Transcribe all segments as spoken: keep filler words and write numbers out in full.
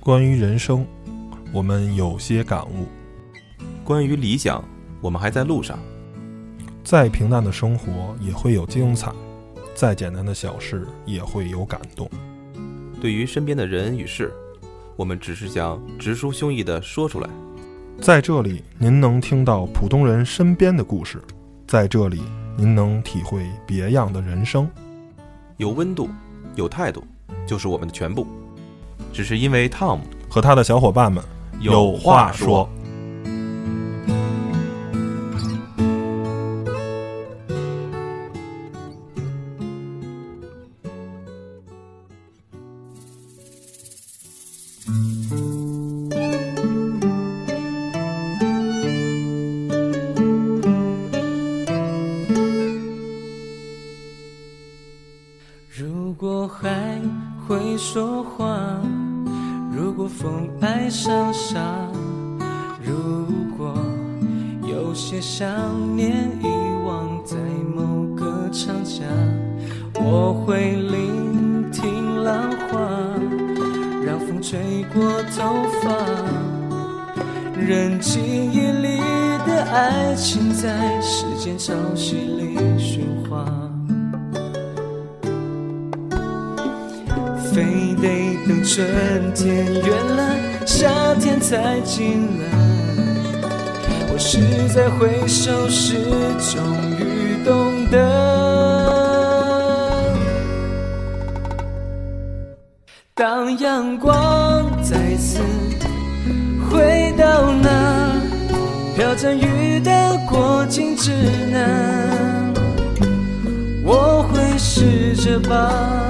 关于人生，我们有些感悟； 关于理想，我们还在路上。 再平淡的生活也会有精彩，再简单的小事也会有感动。 对于身边的人与事，我们只是想直抒胸臆地说出来。 在这里，您能听到普通人身边的故事，在这里，您能体会别样的人生。 有温度，有态度，就是我们的全部。只是因为 Tom 和他的小伙伴们有话说。 如果还会说话，如果风爱上沙，如果有些想念遗忘在某个长假，我会聆听浪花，让风吹过头发，任记忆里的爱情在时间潮汐里喧哗，非得等春天远了，夏天才近了，我是在回首时终于懂得，当阳光再次回到那飘着雨的过境之南，我会试着把。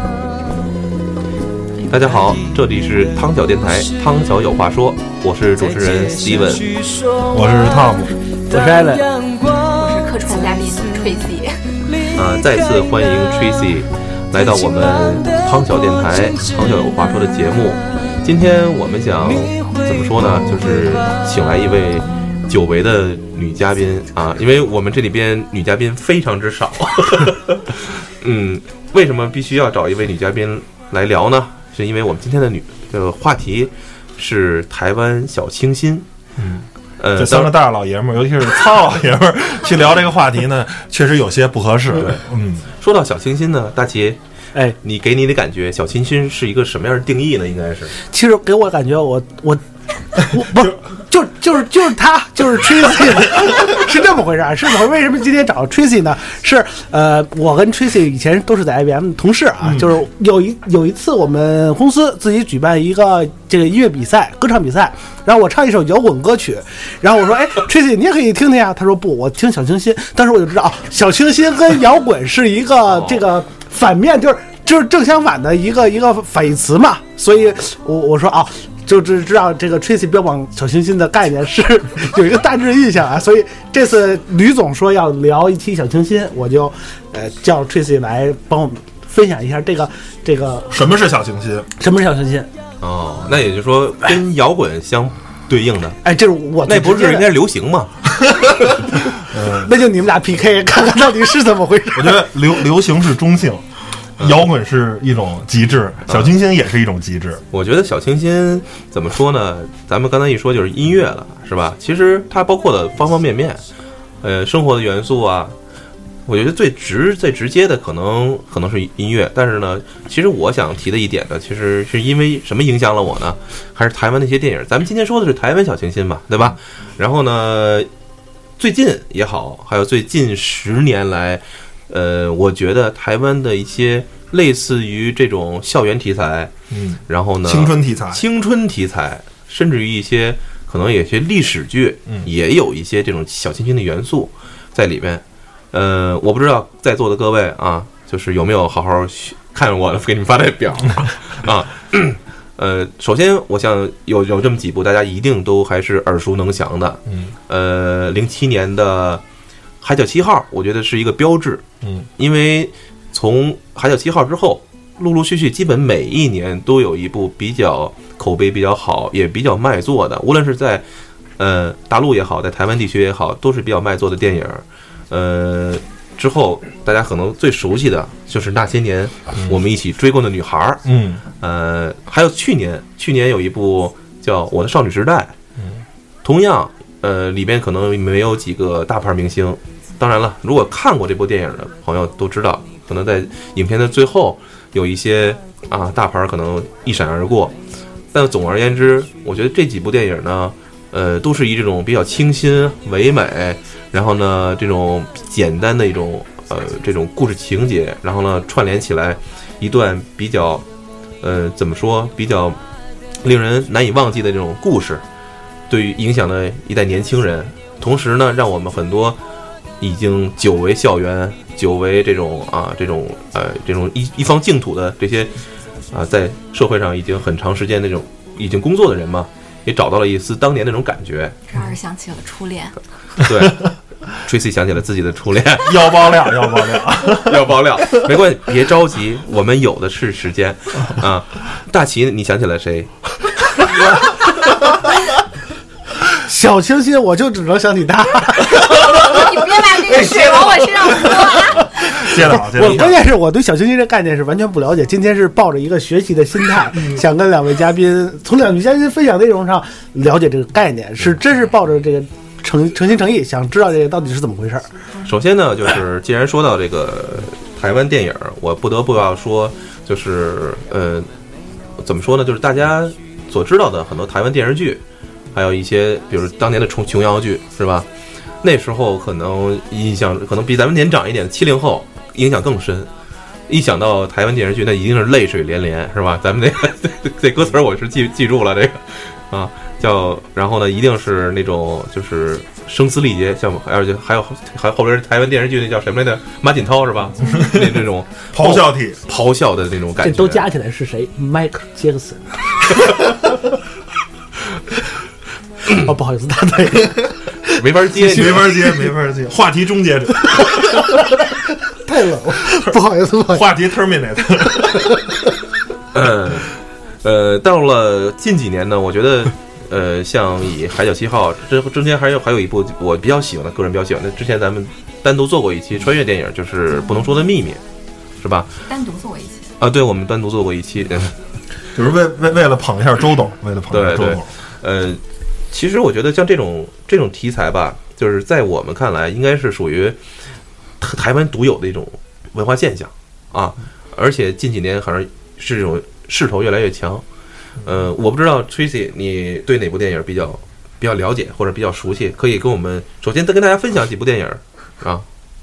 大家好，这里是汤小电台，汤小有话说，我是主持人 Steven， 我是 Tom， 我是 Allen， 我是客串嘉宾 Tracy。 啊，再次欢迎 Tracy 来到我们汤小电台汤小有话说的节目。今天我们想怎么说呢？就是请来一位久违的女嘉宾啊，因为我们这里边女嘉宾非常之少。嗯，为什么必须要找一位女嘉宾来聊呢？是因为我们今天的女这个话题是台湾小清新。 嗯， 呃， 这三个大老爷们儿，尤其是糙老爷们儿，去聊这个话题呢，确实有些不合适。嗯， 说到小清新呢，大齐， 哎， 你给你的感觉，小清新是一个什么样的定义呢？应该是， 其实给我感觉我，我我我不就就是就是他就是 Tracy 是这么回事儿，是怎么为什么今天找 Tracy 呢？是呃，我跟 Tracy 以前都是在 I B M 的同事啊，嗯、就是有一有一次我们公司自己举办一个这个音乐比赛，歌唱比赛，然后我唱一首摇滚歌曲，然后我说，哎 ，Tracy 你也可以听听啊，他说不，我听小清新，当时我就知道，小清新跟摇滚是一个这个反面，就是就是正相反的一个一个反义词嘛，所以我我说啊。就知知道这个 Tracy 标榜小清新的概念是有一个大致印象啊，所以这次吕总说要聊一期小清新，我就呃叫 Tracy 来帮我们分享一下这个这个什么是小清新， 什么是小清新。 哦，那也就是说跟摇滚相对应的。 哎，这是我那不是应该是流行吗？ 呃，那就你们俩 P K 看看到底是怎么回事。 我觉得流流行是中性。摇滚是一种极致，小清新也是一种极致。 我觉得小清新怎么说呢？咱们刚才一说就是音乐了，是吧？其实它包括的方方面面，呃，生活的元素啊。我觉得最直、最直接的可能可能是音乐，但是呢，其实我想提的一点呢，其实是因为什么影响了我呢？还是台湾那些电影。咱们今天说的是台湾小清新嘛，对吧？然后呢，最近也好，还有最近十年来。呃，我觉得台湾的一些类似于这种校园题材，嗯，然后呢， 青春题材、 青春题材，甚至于一些可能有些历史剧，嗯，也有一些这种小清新的元素在里面。呃，我不知道在座的各位啊，就是有没有好好看我给你们发的表啊？呃，首先我想有有这么几部大家一定都还是耳熟能详的，嗯，呃，零七年的。海角七号我觉得是一个标志，嗯，因为从海角七号之后陆陆续续基本每一年都有一部比较口碑比较好也比较卖座的，无论是在呃大陆也好，在台湾地区也好，都是比较卖座的电影。呃之后大家可能最熟悉的就是那些年我们一起追过的女孩儿， 嗯， 呃，还有去年去年有一部叫《我的少女时代》， 嗯， 同样，呃，里边可能没有几个大牌明星。当然了，如果看过这部电影的朋友都知道，可能在影片的最后有一些啊大牌可能一闪而过。但总而言之，我觉得这几部电影呢，呃，都是以这种比较清新唯美，然后呢，这种简单的一种呃这种故事情节，然后呢串联起来一段比较呃怎么说比较令人难以忘记的这种故事，对于影响了一代年轻人，同时呢，让我们很多已经久违校园、久违这种啊这种呃这种一一方净土的这些啊在社会上已经很长时间那种已经工作的人嘛，也找到了一丝当年那种感觉， 让人想起了初恋。 对。Tracy 想起了自己的初恋， 要爆料，要爆料， 要爆料，没关系，别着急，我们有的是时间啊。大齐，你想起来谁？ 小清新，我就只能想起他。 你别把这个水往我身上泼啊！ 接得好，接得好。 我关键是我对小清新这概念是完全不了解，今天是抱着一个学习的心态，想跟两位嘉宾从两位嘉宾分享内容上了解这个概念，是真是抱着这个诚诚心诚意想知道这个到底是怎么回事。 首先呢，就是既然说到这个台湾电影，我不得不要说，就是呃，怎么说呢？就是大家所知道的很多台湾电视剧，还有一些比如当年的琼琼瑶剧，是吧？那时候可能印象可能比咱们年长一点，七零后影响更深。一想到台湾电视剧，那一定是泪水连连，是吧？咱们那个这歌词我是记记住了，这个啊叫，然后呢，一定是那种就是声嘶力竭，像而且还有还后边台湾电视剧那叫什么来着？马景涛是吧？那那种咆哮体、 咆哮的那种感觉， 这都加起来是谁？迈克尔·杰克森。哦，不好意思，大嘴。 没法接， 没法接，没法接。话题终结者， 太冷了，不好意思，不好意思。 话题 terminate。 嗯，呃，到了近几年呢，我觉得，呃，像以《海角七号》这中间还有还有一部我比较喜欢的，个人比较喜欢的，之前咱们单独做过一期穿越电影，就是《不能说的秘密》，是吧？ 单独做过一期啊，对，我们单独做过一期，嗯、 就是为为为了捧一下周董，为了捧一下周董， 呃。其实我觉得像这种这种题材吧，就是在我们看来，应该是属于台湾独有的一种文化现象啊，而且近几年好像是这种势头越来越强。呃，我不知道 Tracy 你对哪部电影比较比较了解或者比较熟悉，可以跟我们首先再跟大家分享几部电影啊，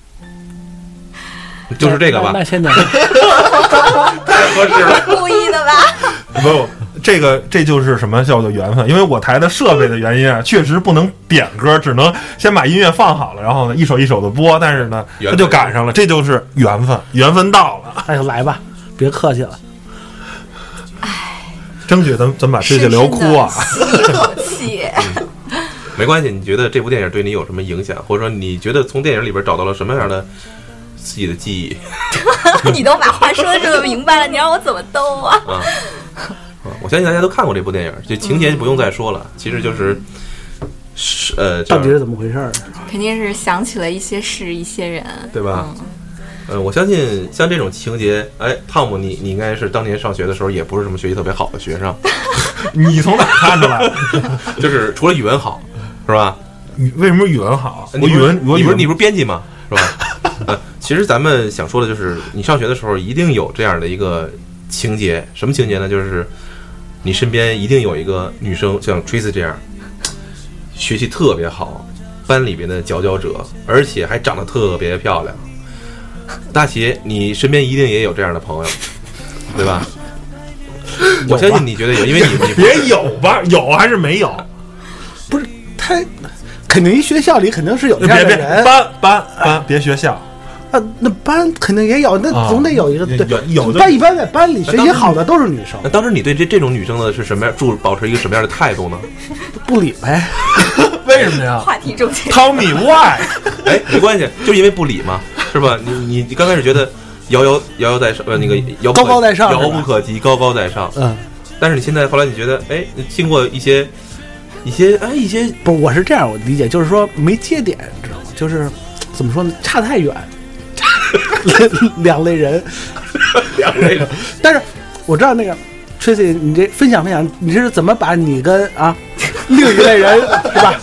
就是这个吧。 那, 那现在太合适了， 故意的吧？ 不。这个这就是什么叫做缘分？因为我台的设备的原因啊，确实不能点歌，只能先把音乐放好了，然后呢一首一首的播。但是呢，它就赶上了，这就是缘分，缘分到了。 哎呦，来吧，别客气了。 哎， 争取咱咱把这些聊哭啊！ 吸一口气。 嗯，没关系。你觉得这部电影对你有什么影响，或者说你觉得从电影里边找到了什么样的自己的记忆？ 你都把话说的这么明白了，你让我怎么兜啊？ 啊。我相信大家都看过这部电影，就情节就不用再说了，其实就是是呃， 到底是怎么回事？ 肯定是想起了一些事、一些人， 对吧？嗯、呃，我相信像这种情节，哎，汤姆，你你应该是当年上学的时候也不是什么学习特别好的学生， 你从哪看出来？ 就是除了语文好，是吧？ 你为什么语文好？ 我语文，我你不是你不是编辑吗？是吧？呃，其实咱们想说的就是，你上学的时候一定有这样的一个情节，什么情节呢？就是你身边一定有一个女生，像 Tracy 这样，学习特别好，班里边的佼佼者，而且还长得特别漂亮。大齐，你身边一定也有这样的朋友，对吧？我相信你觉得有，因为你你别有吧，有还是没有？ 不是他，肯定一学校里肯定是有这样的人。 别别班班班，别学校。 啊，那班肯定也有，那总得有一个、 啊、 对。 有有但一般在班里学习好的都是女生。 那当时你对这这种女生的是什么样，住保持一个什么样的态度呢？ 不理呗。 为什么呀？ 话题中间。 Tell me why？ 哎，没关系，就是因为不理嘛，是吧？你你你刚开始觉得遥遥遥遥在上，呃，那个遥高高在上， 遥不可及，高高在上。 嗯。 但是你现在后来你觉得，哎，经过一些一些哎一些， 不，我是这样我理解，就是说没接点，知道吗？就是怎么说呢，差太远。 两类人， 两类人。 但是我知道那个 Tracy， 你这分享分享，你是怎么把你跟啊另一类人是吧？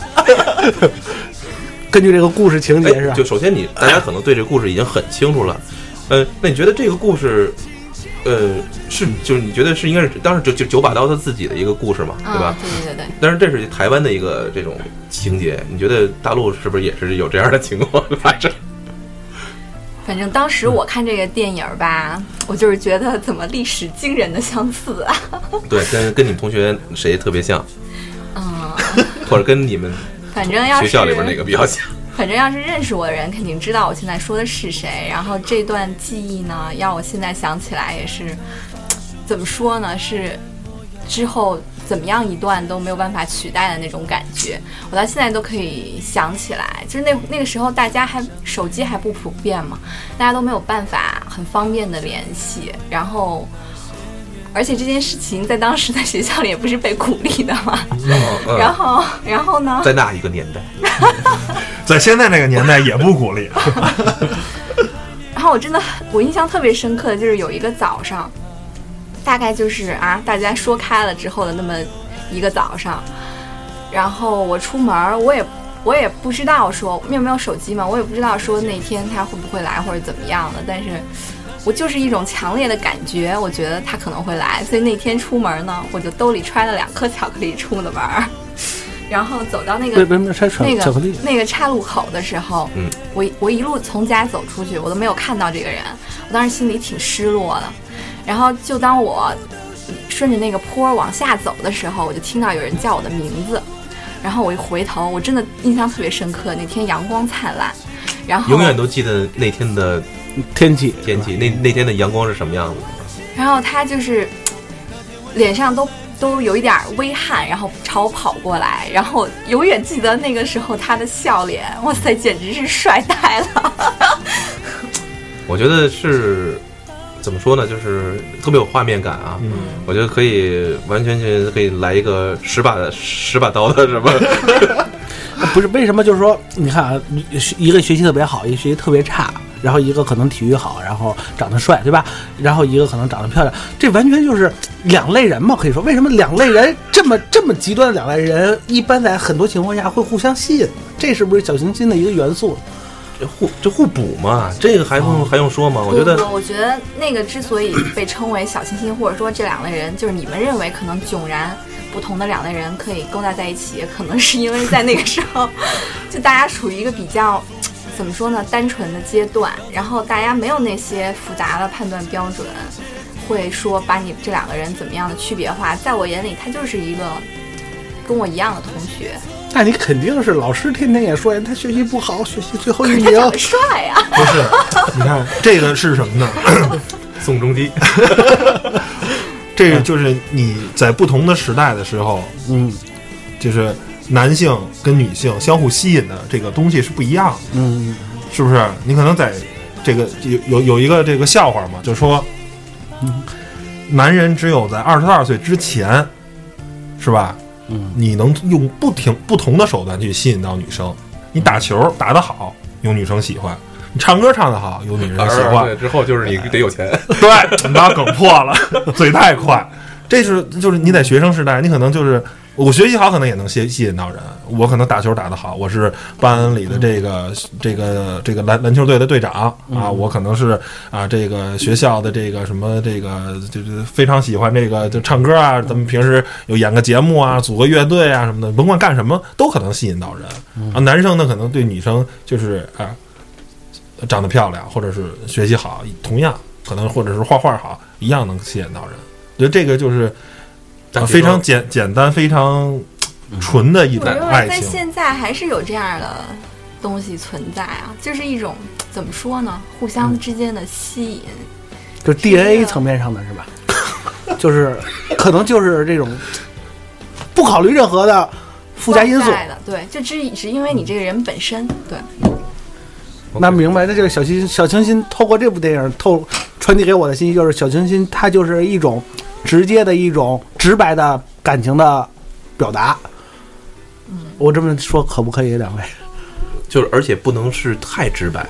根据这个故事情节是吧？ 就首先你大家可能对这个故事已经很清楚了，呃，那你觉得这个故事？呃，是，就是你觉得是应该是，当时就就九把刀他自己的一个故事嘛，对吧？ 对对对对。 但是这是台湾的一个这种情节，你觉得大陆是不是也是有这样的情况发生？ 反正当时我看这个电影吧，我就是觉得怎么历史惊人的相似啊！ 对，跟跟你们同学谁特别像？ 嗯， 或者跟你们反正要是学校里边哪个比较像？ 反正要是认识我的人，肯定知道我现在说的是谁。然后这段记忆呢，要我现在想起来也是，怎么说呢？是之后怎么样一段都没有办法取代的那种感觉。我到现在都可以想起来，就是那那个时候大家还手机还不普遍嘛，大家都没有办法很方便的联系。然后，而且这件事情在当时在学校里也不是被鼓励的嘛。 嗯嗯、 然后，然后呢？ 在那一个年代。 在现在那个年代也不鼓励。 然后我真的我印象特别深刻的就是有一个早上，大概就是啊大家说开了之后的那么一个早上，然后我出门，我也我也不知道说有没有手机嘛，我也不知道说那天他会不会来或者怎么样的，但是我就是一种强烈的感觉，我觉得他可能会来，所以那天出门呢，我就兜里揣了两颗巧克力出的门。然后走到那个那个那个岔路口的时候， 嗯， 我我一路从家走出去，我都没有看到这个人，我当时心里挺失落的。然后就当我顺着那个坡往下走的时候，我就听到有人叫我的名字，然后我一回头，我真的印象特别深刻，那天阳光灿烂，然后永远都记得那天的天气天气，那那天的阳光是什么样子。 然后他就是脸上都。都有一点微汗，然后朝我跑过来，然后永远记得那个时候他的笑脸，哇塞，简直是帅呆了。 我觉得是怎么说呢，就是特别有画面感啊。嗯，我觉得可以完全全可以来一个十把十把刀的什么。 不是为什么？就是说，你看啊，一个学习特别好，一个学习特别差。然后一个可能体育好，然后长得帅，对吧？然后一个可能长得漂亮，这完全就是两类人嘛，可以说。为什么两类人这么这么极端的两类人，一般在很多情况下会互相吸引？这是不是小清新的一个元素？ 这互这互补嘛，这个还用、哦、还用说吗？我觉得， 我觉得那个之所以被称为小清新，或者说这两类人，就是你们认为可能迥然不同的两类人可以勾搭在一起，可能是因为在那个时候，就大家处于一个比较。怎么说呢？单纯的阶段，然后大家没有那些复杂的判断标准，会说把你这两个人怎么样的区别化。在我眼里，他就是一个跟我一样的同学。 那你肯定是老师天天也说他学习不好，学习最后一名。 他长得帅呀、啊！ 不是，你看这个是什么呢？ 宋仲基。 这个就是你在不同的时代的时候，嗯，就是男性跟女性相互吸引的这个东西是不一样的， 嗯， 是不是？你可能在这个有有有一个这个笑话嘛，就说，嗯，男人只有在二十二岁之前，是吧？ 嗯， 你能用不停不同的手段去吸引到女生。你打球打得好，有女生喜欢；你唱歌唱得好，有女人喜欢。 对，之后就是你得有钱。 对，你把梗破了，嘴太快。这是就是你在学生时代，你可能就是我学习好，可能也能吸吸引到人。我可能打球打得好，我是班里的这个这个这个篮篮球队的队长啊，我可能是啊这个学校的这个什么这个就是非常喜欢这个就唱歌啊，咱们平时有演个节目啊，组个乐队啊什么的，甭管干什么都可能吸引到人啊。男生呢，可能对女生就是啊长得漂亮或者是学习好，同样可能或者是画画好，一样能吸引到人。我觉得这个就是、呃、非常简简单、非常纯的一种爱情。 在现在还是有这样的东西存在啊，就是一种怎么说呢，互相之间的吸引， 嗯、就是 D N A 层面上的是吧？就是可能就是这种不考虑任何的附加因素的，对，就只只因为你这个人本身，对。 那明白，那这个小清小清新透过这部电影透传递给我的信息就是，小清新它就是一种直接的一种直白的感情的表达。 嗯， 我这么说可不可以，两位？ 就是而且不能是太直白，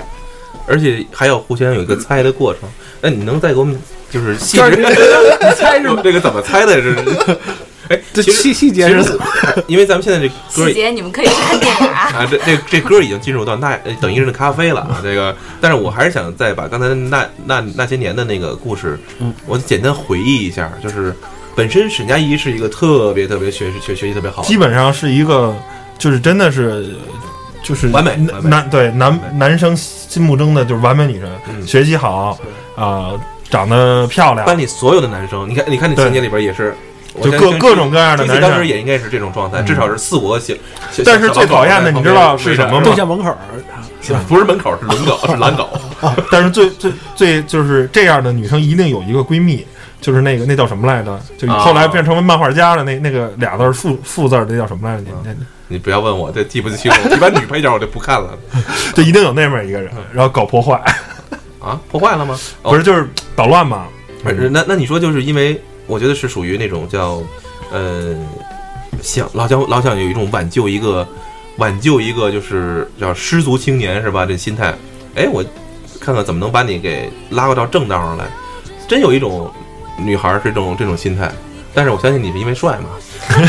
而且还要互相有一个猜的过程。那你能再给我们就是细致？ 你猜是吗？ 这个怎么猜的？这是。哎， 这细细节是， 因为咱们现在这歌细节你们可以看电影啊。 啊，这这这歌已经进入到那等一个人的咖啡了啊。这个，但是我还是想再把刚才那那那些年的那个故事，嗯，我简单回忆一下。就是本身沈佳宜是一个特别特别学学学习特别好， 基本上是一个就是真的是就是完美男对男男生心目中的就是完美女人，嗯、学习好啊、呃，长得漂亮。 班里所有的男生，你看你看那情节里边也是。 就各各种各样的男生， 当时也应该是这种状态，至少是四五个小。 但是最讨厌的，你知道是什么吗？ 对向门口， 不是门口，是轮狗，是蓝狗。 但是最最最就是这样的女生一定有一个闺蜜，就是那个那叫什么来着？就后来变成为漫画家了，那那个俩字复复字那叫什么来着？你你不要问我，这记不清楚。一般女配角我就不看了。 就一定有那么一个人，然后搞破坏。 啊，破坏了吗？ 不是，就是捣乱嘛。 那那你说，就是因为。我觉得是属于那种叫，呃，想老想老想有一种挽救一个，挽救一个就是叫失足青年是吧？这心态，哎，我看看怎么能把你给拉回到正道上来。真有一种女孩是这种这种心态，但是我相信你是因为帅嘛。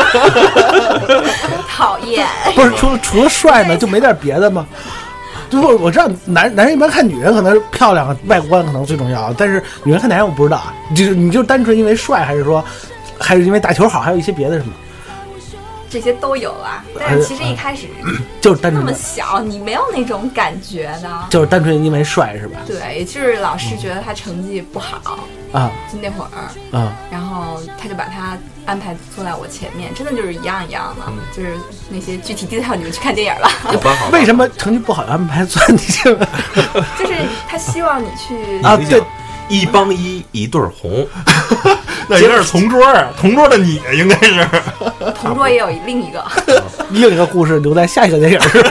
讨厌。 不是除了除了帅呢，就没点别的吗？就是我知道男男人一般看女人可能是漂亮外观可能最重要，但是女人看男人我不知道，就是你就单纯因为帅，还是说还是因为打球好，还有一些别的什么？ 这些都有啊，但是其实一开始就是单纯那么小，你没有那种感觉的， 就是单纯因为帅是吧？ 对，就是老师觉得他成绩不好啊， 就那会儿啊， 然后他就把他安排坐在我前面，真的就是一样一样的，嗯、就是那些具体 detail 你们去看电影吧。 为什么成绩不好安排坐你前面？ 就是他希望你去啊，对。 一帮一一对红， 那应该是同桌啊，同桌的你应该是。 同桌也有另一个， 另一个故事留在下一个电影是吧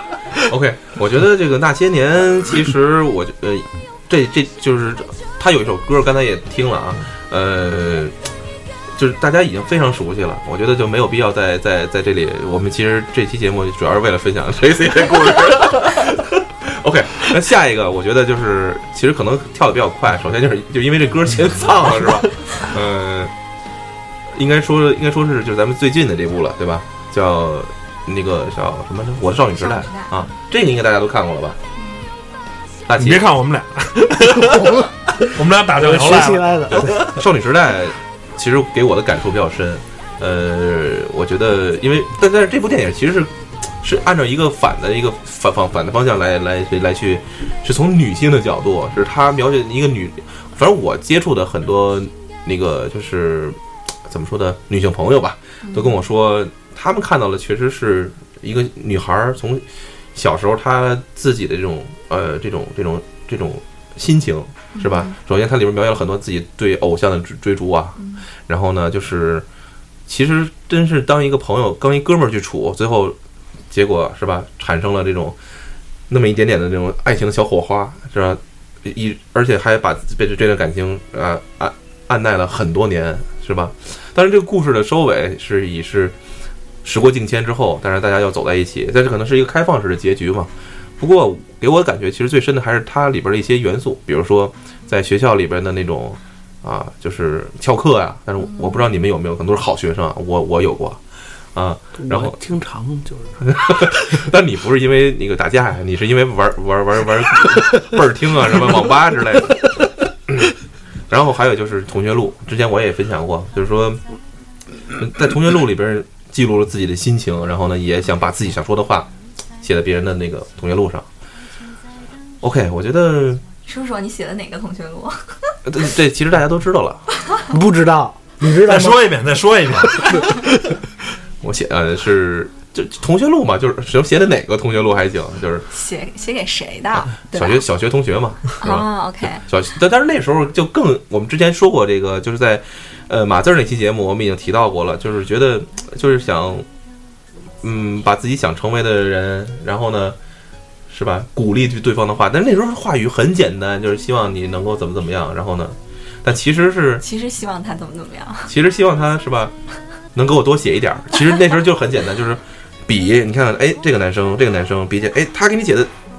？OK， 我觉得这个那些年，其实我呃，这这就是他有一首歌，刚才也听了啊，呃，就是大家已经非常熟悉了，我觉得就没有必要在在在这里。我们其实这期节目主要是为了分享 Tracy 的故事。OK， 那下一个我觉得就是，其实可能跳得比较快。首先就是，就因为这歌先放了，是吧？呃，应该说，应该说是就是咱们最近的这部了，对吧？叫那个叫什么？我的少女时代啊，这个应该大家都看过了吧？大你别看我们俩，我们俩打就学习来的。 少女时代其实给我的感触比较深。呃，我觉得，因为但但是这部电影其实是。是按照一个反的一个反反反的方向来来来去，是从女性的角度，是她描写一个女，反正我接触的很多那个就是怎么说的女性朋友吧，都跟我说，他们看到了确实是一个女孩从小时候她自己的这种呃这种这种这种心情是吧？首先它里面描写了很多自己对偶像的追追逐啊，然后呢就是其实真是当一个朋友跟一哥们儿去处，最后。结果是吧，产生了这种那么一点点的这种爱情的小火花，是吧？一而且还把被这段感情啊按按耐了很多年，是吧？当然，这个故事的收尾是以是时过境迁之后，但是大家要走在一起，但是可能是一个开放式的结局嘛。不过给我的感觉，其实最深的还是它里边的一些元素，比如说在学校里边的那种啊，就是翘课呀、啊。但是我不知道你们有没有，可能都是好学生，我我有过。啊，然后经常就是， 但你不是因为那个打架呀，你是因为玩玩玩玩倍儿听啊，什么网吧之类的。然后还有就是同学录，之前我也分享过，就是说在同学录里边记录了自己的心情，然后呢也想把自己想说的话写在别人的那个同学录上。OK， 我觉得说说你写的哪个同学录？ 这这其实大家都知道了， 不知道，你知道吗？ 再说一遍，再说一遍。 我写呃是就同学录嘛，就是写的哪个同学录还行，就是写写给谁的？ 啊、小学小学同学嘛。 啊 ，OK。 小但但是那时候就更，我们之前说过这个，就是在呃码字那期节目，我们已经提到过了，就是觉得就是想嗯把自己想成为的人，然后呢是吧鼓励对方的话，但是那时候话语很简单，就是希望你能够怎么怎么样，然后呢，但其实是其实希望他怎么怎么样， 其实希望他是吧。能给我多写一点，其实那时候就很简单，就是比你看看，哎，这个男生，这个男生比起，哎，他给你写的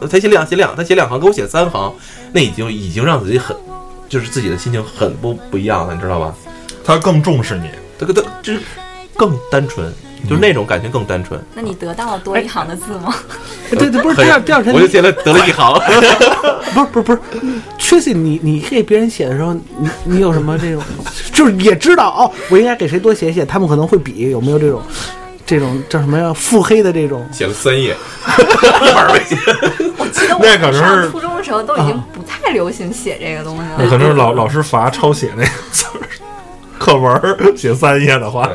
他写两写两他写两行，给我写三行，那已经已经让自己很就是自己的心情很不不一样了，你知道吧？ 他更重视你， 这个他就是更单纯。就是那种感情更单纯。 那你得到了多一行的字吗？ 对对，不是第二第二天我就写了得了一行。 不是不是不是 ，Tracy， 你你给别人写的时候，你你有什么这种，就是也知道哦，我应该给谁多写写，他们可能会比有没有这种这种叫什么呀腹黑的这种。 写了三页，一本没写。 我记得我上初中的时候都已经不太流行写这个东西了。 那可能是老老师罚抄写那个字儿，课文写三页的话。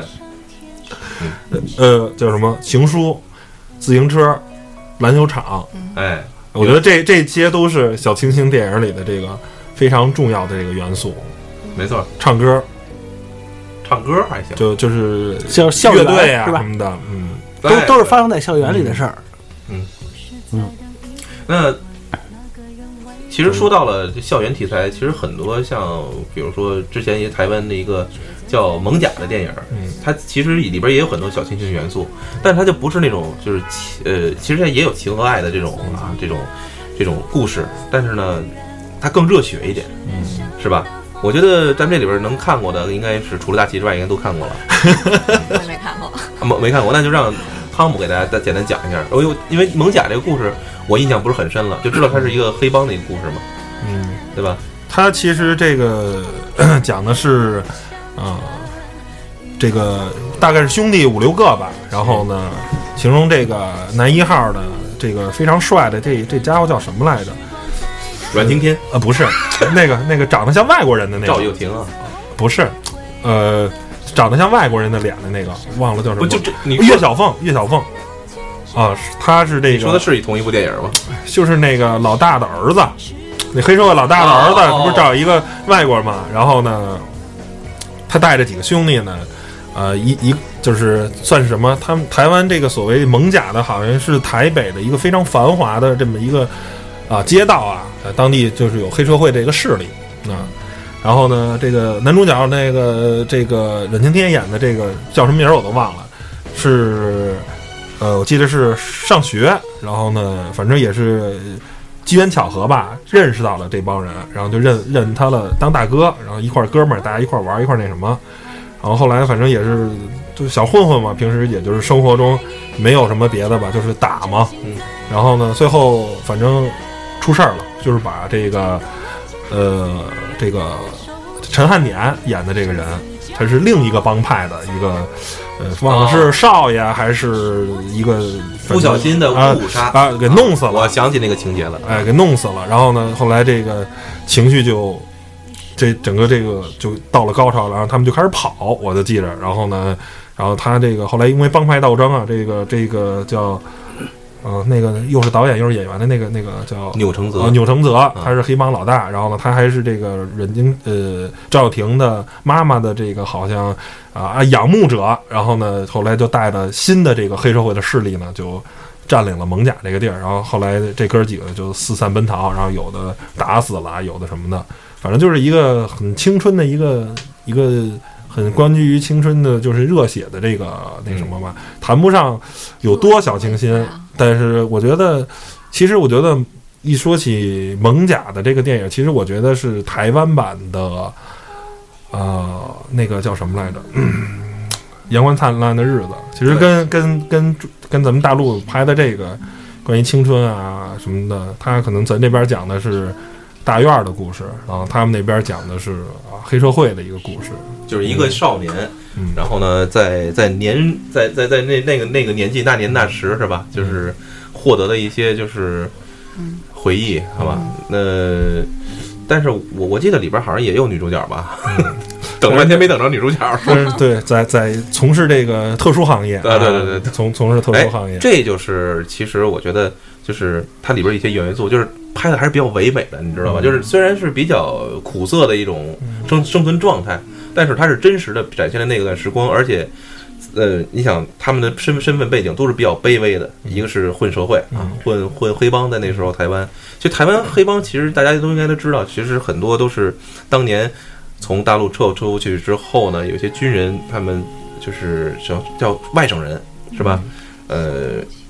呃，叫什么？情书、自行车、篮球场， 哎， 我觉得这这些都是小清新电影里的这个非常重要的这个元素。 没错， 唱歌， 唱歌还行， 就就是校校园乐队啊是吧什么的，嗯， 都都是发生在校园里的事儿。 嗯嗯，那其实说到了校园题材，其实很多像比如说之前一台湾的一个叫《蒙甲》的电影， 嗯， 它其实里边也有很多小清新元素，但是它就不是那种就是呃，其实也有情和爱的这种啊这种这种故事，但是呢，它更热血一点， 嗯， 是吧？我觉得咱们这里边能看过的，应该是除了大旗之外，应该都看过了。 我也没看过， 没没看过，那就让汤姆给大家再简单讲一下。我有因为蒙甲这个故事，我印象不是很深了，就知道它是一个黑帮的一个故事嘛， 嗯， 对吧？ 它其实这个讲的是，呃，这个大概是兄弟五六个吧，然后呢，其中这个男一号的这个非常帅的这这家伙叫什么来着？ 阮经天呃，不是，那个那个长得像外国人的那个赵又廷啊， 不是，呃，长得像外国人的脸的那个，忘了叫什么。 不就这你岳小凤，岳小凤啊，他是这个。 你说的是同一部电影吗？ 就是那个老大的儿子，那黑社会老大的儿子， 哦、 不是找一个外国人嘛？然后呢，他带着几个兄弟呢，呃，一一就是算是什么？他们台湾这个所谓蒙甲的，好像是台北的一个非常繁华的这么一个啊街道啊，呃，当地就是有黑社会这个势力啊。然后呢，这个男主角那个这个阮经天演的这个叫什么名儿我都忘了，是呃，我记得是上学，然后呢，反正也是机缘巧合吧，认识到了这帮人，然后就认认他了当大哥，然后一块哥们儿，大家一块玩一块那什么，然后后来反正也是就小混混嘛，平时也就是生活中没有什么别的吧，就是打嘛， 嗯， 然后呢，最后反正出事儿了，就是把这个呃这个陈汉典演的这个人，他是另一个帮派的一个。呃，忘了是少爷还是一个不小心的误杀啊, 啊，给弄死了。 我想起那个情节了， 哎，给弄死了。然后呢，后来这个情绪就这整个这个就到了高潮了，然后他们就开始跑，我就记着。然后呢，然后他这个后来因为帮派斗争啊，这个这个叫呃那个又是导演又是演员的那个那个叫钮承泽， 呃、钮承泽，他是黑帮老大。然后呢，他还是这个阮经呃赵又廷的妈妈的这个好像。啊，仰慕者，然后呢，后来就带着新的这个黑社会的势力呢，就占领了蒙甲这个地儿。然后后来这哥几个就四散奔逃，然后有的打死了，有的什么的，反正就是一个很青春的一个一个很关于于青春的，就是热血的这个那什么吧，谈不上有多小清新，但是我觉得，其实我觉得一说起蒙甲的这个电影，其实我觉得是台湾版的。呃，那个叫什么来着？嗯，阳光灿烂的日子，其实跟跟跟跟咱们大陆拍的这个关于青春啊什么的，他可能咱这边讲的是大院的故事，然后他们那边讲的是啊黑社会的一个故事， 就是一个少年， 嗯， 然后呢，在在年在在在那那个那个年纪那年那时是吧，就是获得了一些就是回忆，好吧，那。但是我我记得里边好像也有女主角吧，嗯、等半天没等着女主角。 是对，在在从事这个特殊行业， 对对对对， 从从事特殊行业， 这就是其实我觉得就是它里边一些元素，就是拍的还是比较唯美的，你知道吧？嗯、就是虽然是比较苦涩的一种生生存状态，但是它是真实的展现了那段时光，而且。呃，你想他们的身身份背景都是比较卑微的，一个是混社会啊，混混黑帮，在那时候台湾，其实台湾黑帮其实大家都应该都知道，其实很多都是当年从大陆撤出去之后呢，有些军人他们就是叫叫外省人是吧？呃，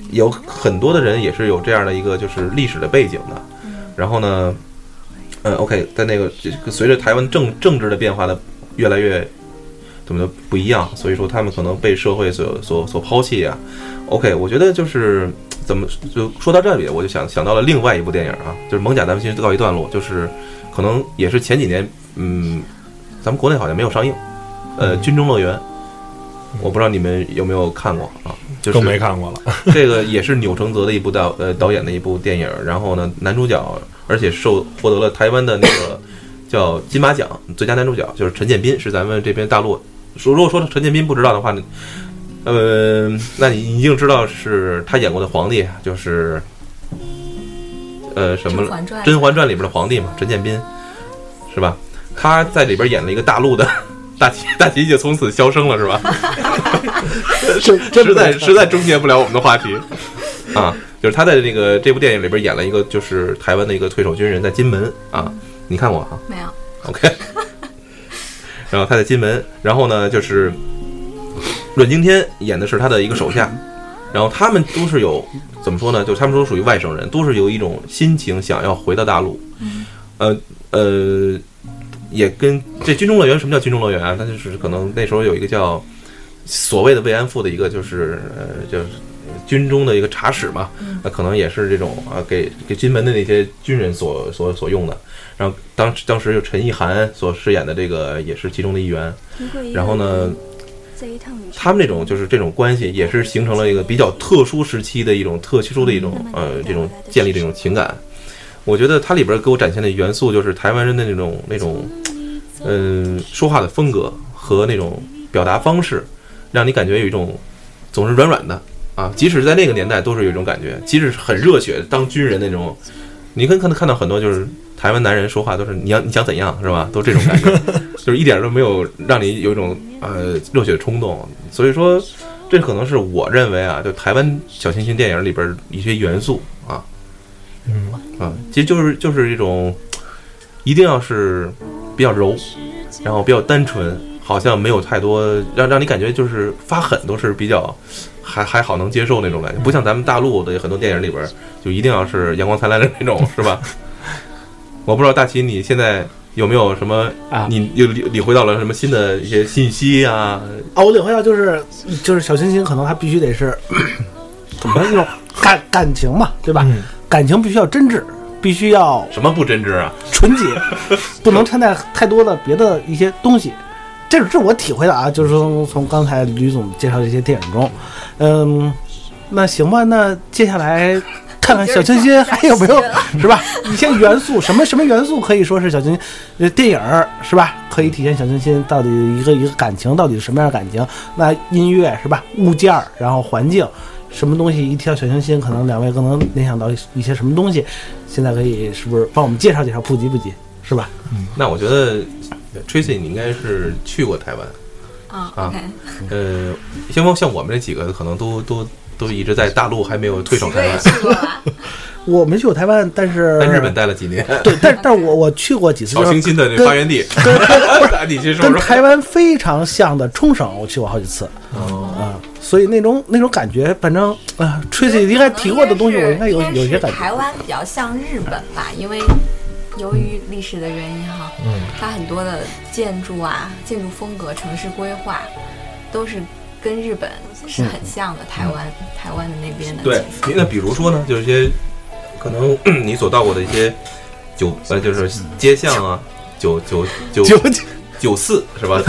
有很多的人也是有这样的一个就是历史的背景的。然后呢，嗯 ，OK， 在那个随着台湾政政治的变化的越来越怎么的不一样，所以说他们可能被社会所所所抛弃啊。OK， 我觉得就是怎么就说到这里，我就想想到了另外一部电影啊，就是《蒙甲咱们其实告一段落，就是可能也是前几年，嗯，咱们国内好像没有上映，呃，《军中乐园》，我不知道你们有没有看过啊？就是更没看过了。 这个也是钮承泽的一部导呃导演的一部电影，然后呢，男主角而且受获得了台湾的那个叫金马奖最佳男主角，就是陈建斌，是咱们这边大陆。说如果说陈建斌不知道的话，呃，那你一定知道是他演过的皇帝，就是呃什么《甄嬛传》里边的皇帝嘛，陈建斌，是吧？他在里边演了一个大陆的大齐，大齐就从此销声了，是吧？实在实在终结不了我们的话题啊！就是他在那个这部电影里边演了一个就是台湾的一个退守军人，在金门啊，你看过哈？ 没有。 OK。然后他在金门，然后呢，就是阮经天演的是他的一个手下，然后他们都是有怎么说呢？就他们都属于外省人，都是有一种心情想要回到大陆。呃呃，也跟这军中乐园，什么叫军中乐园啊？它就是可能那时候有一个叫所谓的慰安妇的一个，就是呃，就是军中的一个茶室嘛，那可能也是这种啊，给给金门的那些军人所所所用的。然后当时当时有陈意涵所饰演的这个也是其中的一员。然后呢，他们这种就是这种关系也是形成了一个比较特殊时期的一种特殊的一种呃这种建立这种情感。我觉得它里边给我展现的元素就是台湾人的那种那种嗯、呃、说话的风格和那种表达方式，让你感觉有一种总是软软的啊，即使在那个年代都是有一种感觉，即使是很热血当军人那种，你可以看到看到很多就是台湾男人说话都是你要你想怎样是吧，都这种感觉，就是一点都没有让你有一种呃热血的冲动。所以说这可能是我认为啊，就台湾小清新电影里边一些元素啊， 嗯啊，其实就是就是一种一定要是比较柔，然后比较单纯，好像没有太多让让你感觉就是发狠都是比较还还好能接受那种感觉，不像咱们大陆的很多电影里边就一定要是阳光灿烂的那种，是吧？我不知道大齐你现在有没有什么啊？你又理理会到了什么新的一些信息啊？ 啊，我领会到就是就是小清新可能它必须得是怎么一种感感情嘛，对吧？ 嗯、 感情必须要真挚，必须要什么不真挚啊？ 纯洁，不能掺带太多的别的一些东西。这是这是我体会的啊，就是从从刚才吕总介绍这些电影中，嗯，那行吧，那接下来看看小清新还有没有是吧？一些元素，什么什么元素可以说是小清新？电影是吧？可以体现小清新到底一个一个感情到底是什么样的感情？那音乐是吧？物件儿，然后环境，什么东西一提到小清新，可能两位更能联想到一些什么东西？现在可以是不是帮我们介绍介绍，普及普及，是吧？ 嗯，那我觉得 Tracy 你应该是去过台湾啊、 哦 okay. 呃，像像我们这几个可能都都。都一直在大陆还没有退守台湾。 我没去过台湾，但是在日本待了几年。 对，但但我我去过几次。 小清新的这发源地， 跟跟台湾非常像的冲绳，我去过好几次。 哦啊、嗯，所以那种那种感觉，反正啊 ，Tracy 应该提过的东西，我应该有有些感觉。 台湾比较像日本吧，因为由于历史的原因哈，嗯，它很多的建筑啊、建筑风格、城市规划都是。跟日本是很像的，嗯、台湾、嗯、台湾的那边的。 对，那比如说呢，就是一些可能你所到过的一些酒，呃，就是街巷啊，酒酒酒酒酒肆是吧？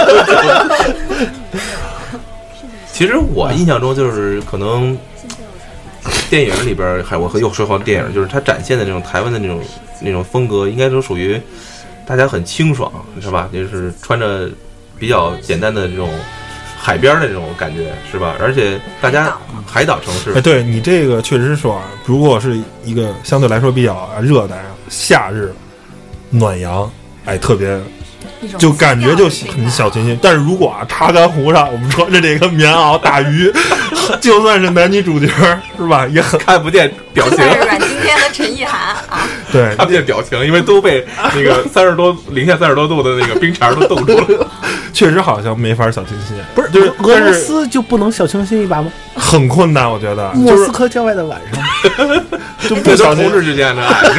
其实我印象中就是可能电影里边，还我和又说好电影，就是它展现的那种台湾的那种那种风格，应该都属于大家很清爽，是吧？就是穿着比较简单的这种。海边的这种感觉是吧？而且大家海岛城市， 哎，对你这个确实说啊，如果是一个相对来说比较热带、夏日、暖阳，哎，特别就感觉就很小清新。但是如果啊，查干湖上我们穿着这个棉袄打鱼，就算是男女主角是吧，也很看不见表情。 阮经天和陈意涵啊， 对他们的表情，因为都被那个三十多零下三十多度的那个冰碴都冻住了。 确实好像没法小清新， 不是， 就是俄罗斯就不能小清新一把吗？ 很困难，我觉得。 莫斯科郊外的晚上， 就不这小清都同志之间的爱。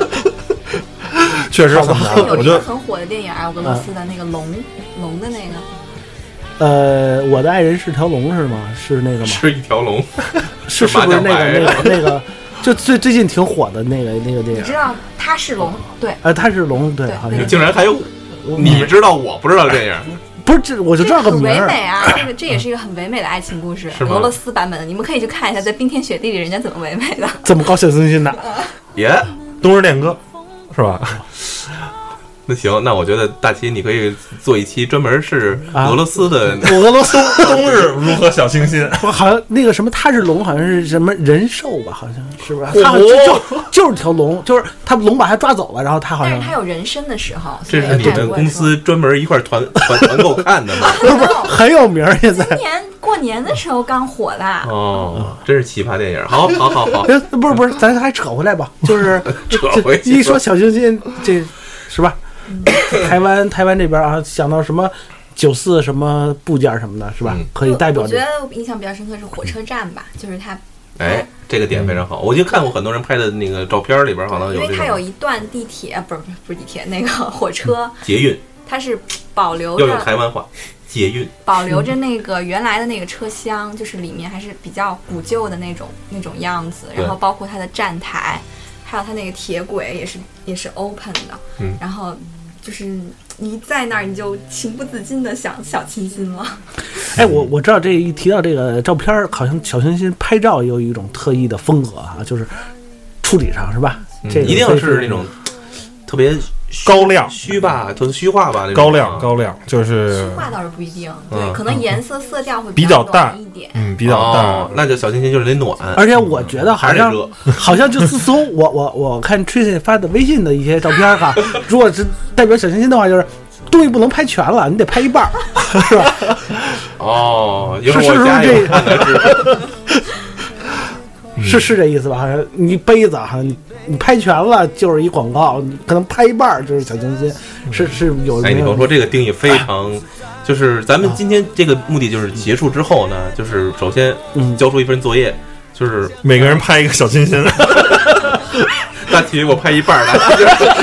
确实很难， 有一我觉得个很火的电影啊，俄罗斯的那个龙龙的那个。 呃，我的爱人是条龙是吗？是那个吗？ 是一条龙， 是是不是那个那个那个？就最最近挺火的那个那个电影。 你知道他是龙，对， 呃，他是龙，对， 对好像你竟然还有你知道我不知道的电影？ 不是这，我就知道个名很唯儿。 美啊，这个这也是一个很唯美的爱情故事， 是吗俄罗斯版本的，你们可以去看一下，在冰天雪地里人家怎么唯美的。 怎么搞小清新的？ 耶， 冬日恋歌是吧？ 那行，那我觉得大齐你可以做一期专门是俄罗斯的。 我俄罗斯冬日如何小清新？ 我好像那个什么，他是龙，好像是什么人兽吧？好像是吧？ 哦他好像就就就是条龙，就是他龙把他抓走了，然后他好像但是他有人参的时候， 这是你们公司专门一块团团团购看的吗？ 不是不是很有名儿，现在今年过年的时候刚火的。 哦，真是奇葩电影。好，好，好，好， 哎不是不是，咱还扯回来吧，就是扯回去一说小清新，这是吧？台湾台湾这边啊，想到什么九四什么部件什么的，是吧？ 嗯可以代表这我觉得印象比较深刻是火车站吧，就是它， 哎，这个点非常好。我就看过很多人拍的那个照片，里边好像有这因为它有种一段地铁，不是不是不是地铁，那个火车， 捷运， 它是保留要用着台湾话，捷运。 保留着那个原来的那个车厢，就是里面还是比较古旧的那种那种样子， 对然后包括它的站台，还有它那个铁轨也是也是 open 的， 嗯然后就是你一在那儿你就情不自禁的想小清新了。 哎，我我知道这一提到这个照片儿，好像小清新拍照也有一种特异的风格啊，就是处理上是吧？这个嗯一定要是那种特别高亮虚吧，特虚化吧，那种高亮高亮，就是虚化倒是不一定，对， 嗯可能颜色色调会比较暖淡一点。 嗯比较淡哦，那就小清新就是得暖， 而且我觉得好像还是热。 好像就自从我我我看 Tracy 发的微信的一些照片儿哈，如果是代表小清新的话，就是东西不能拍全了，你得拍一半儿，是吧？ 哦，一会儿是是我加是这油看看是。 是是这意思吧？好像你杯子哈，你你拍全了就是一广告，你可能拍一半儿就是小清新，是是有。 哎，你甭说这个定义非常，就是咱们今天这个目的就是结束之后呢，就是首先嗯交出一份作业，就是每个人拍一个小清新。 大题我拍一半儿，大题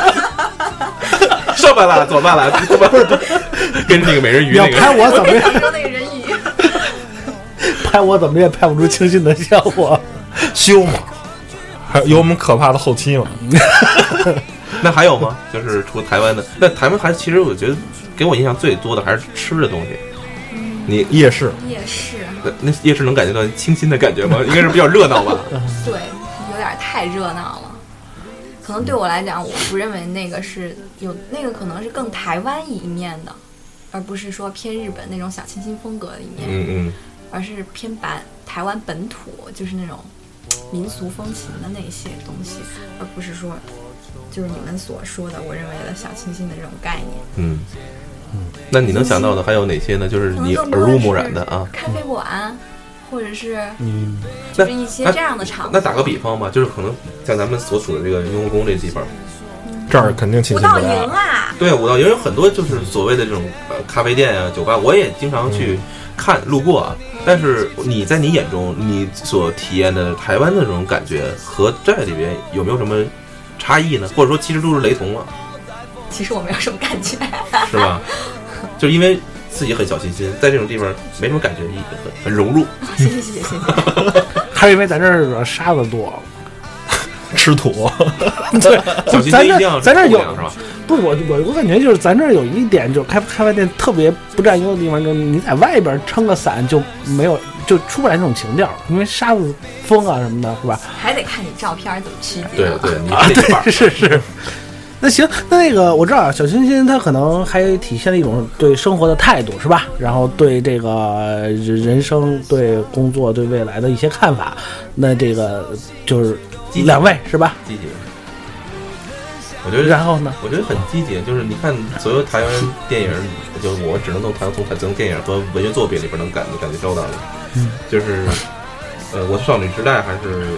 上半拉左半拉，不是跟那个美人鱼你要那个。 拍我怎么也你说那个人鱼， 拍我怎么也拍不出清新的效果。 修嘛，还有我们可怕的后期嘛。 那还有吗？就是除台湾的，那台湾还其实我觉得给我印象最多的还是吃的东西。你夜市夜市， 那那夜市能感觉到清新的感觉吗？应该是比较热闹吧。 对，有点太热闹了。可能对我来讲，我不认为那个是有那个可能是更台湾一面的，而不是说偏日本那种小清新风格的一面， 嗯嗯， 而是偏版台湾本土，就是那种民俗风情的那些东西，而不是说就是你们所说的我认为的小清新的这种概念。 嗯，那你能想到的还有哪些呢？就是可能你更多的耳濡目染是的啊。 咖啡馆，或者是嗯， 就是一些这样的场那打个比方吧，就是可能像咱们所处的这个雍和宫这地方， 这儿肯定清五道营新不了。 啊， 对，五道营有很多就是所谓的这种呃咖啡店啊、酒吧，我也经常去看路过啊。但是你在你眼中，你所体验的台湾的这种感觉和这里边有没有什么差异呢？或者说其实都是雷同了， 其实我没有什么感觉。 是吧？就是因为自己很小清新，在这种地方没什么感觉，很很融入。 谢谢谢谢谢谢。 还是因为咱这儿沙子多， 吃土， 对， 小清咱这新一定要咱这儿有是是吧？ 不，我我我感觉就是咱这儿有一点，就是开开饭店特别不占优的地方，就是你在外边撑个伞就没有，就出不来那种情调，因为沙子、风啊什么的，是吧？ 还得看你照片怎么区别。 对对，你啊， 这一半儿对，是是。那行，那那个我知道啊，小清新它可能还体现了一种对生活的态度，是吧？然后对这个人生、对工作、对未来的一些看法。那这个就是积极两位是吧？ 积极。我觉得， 然后呢？ 我觉得很积极，就是你看所有台湾电影，就我只能从台从台从电影和文学作品里边能感感觉受到的， 嗯， 就是呃，我是少女时代还是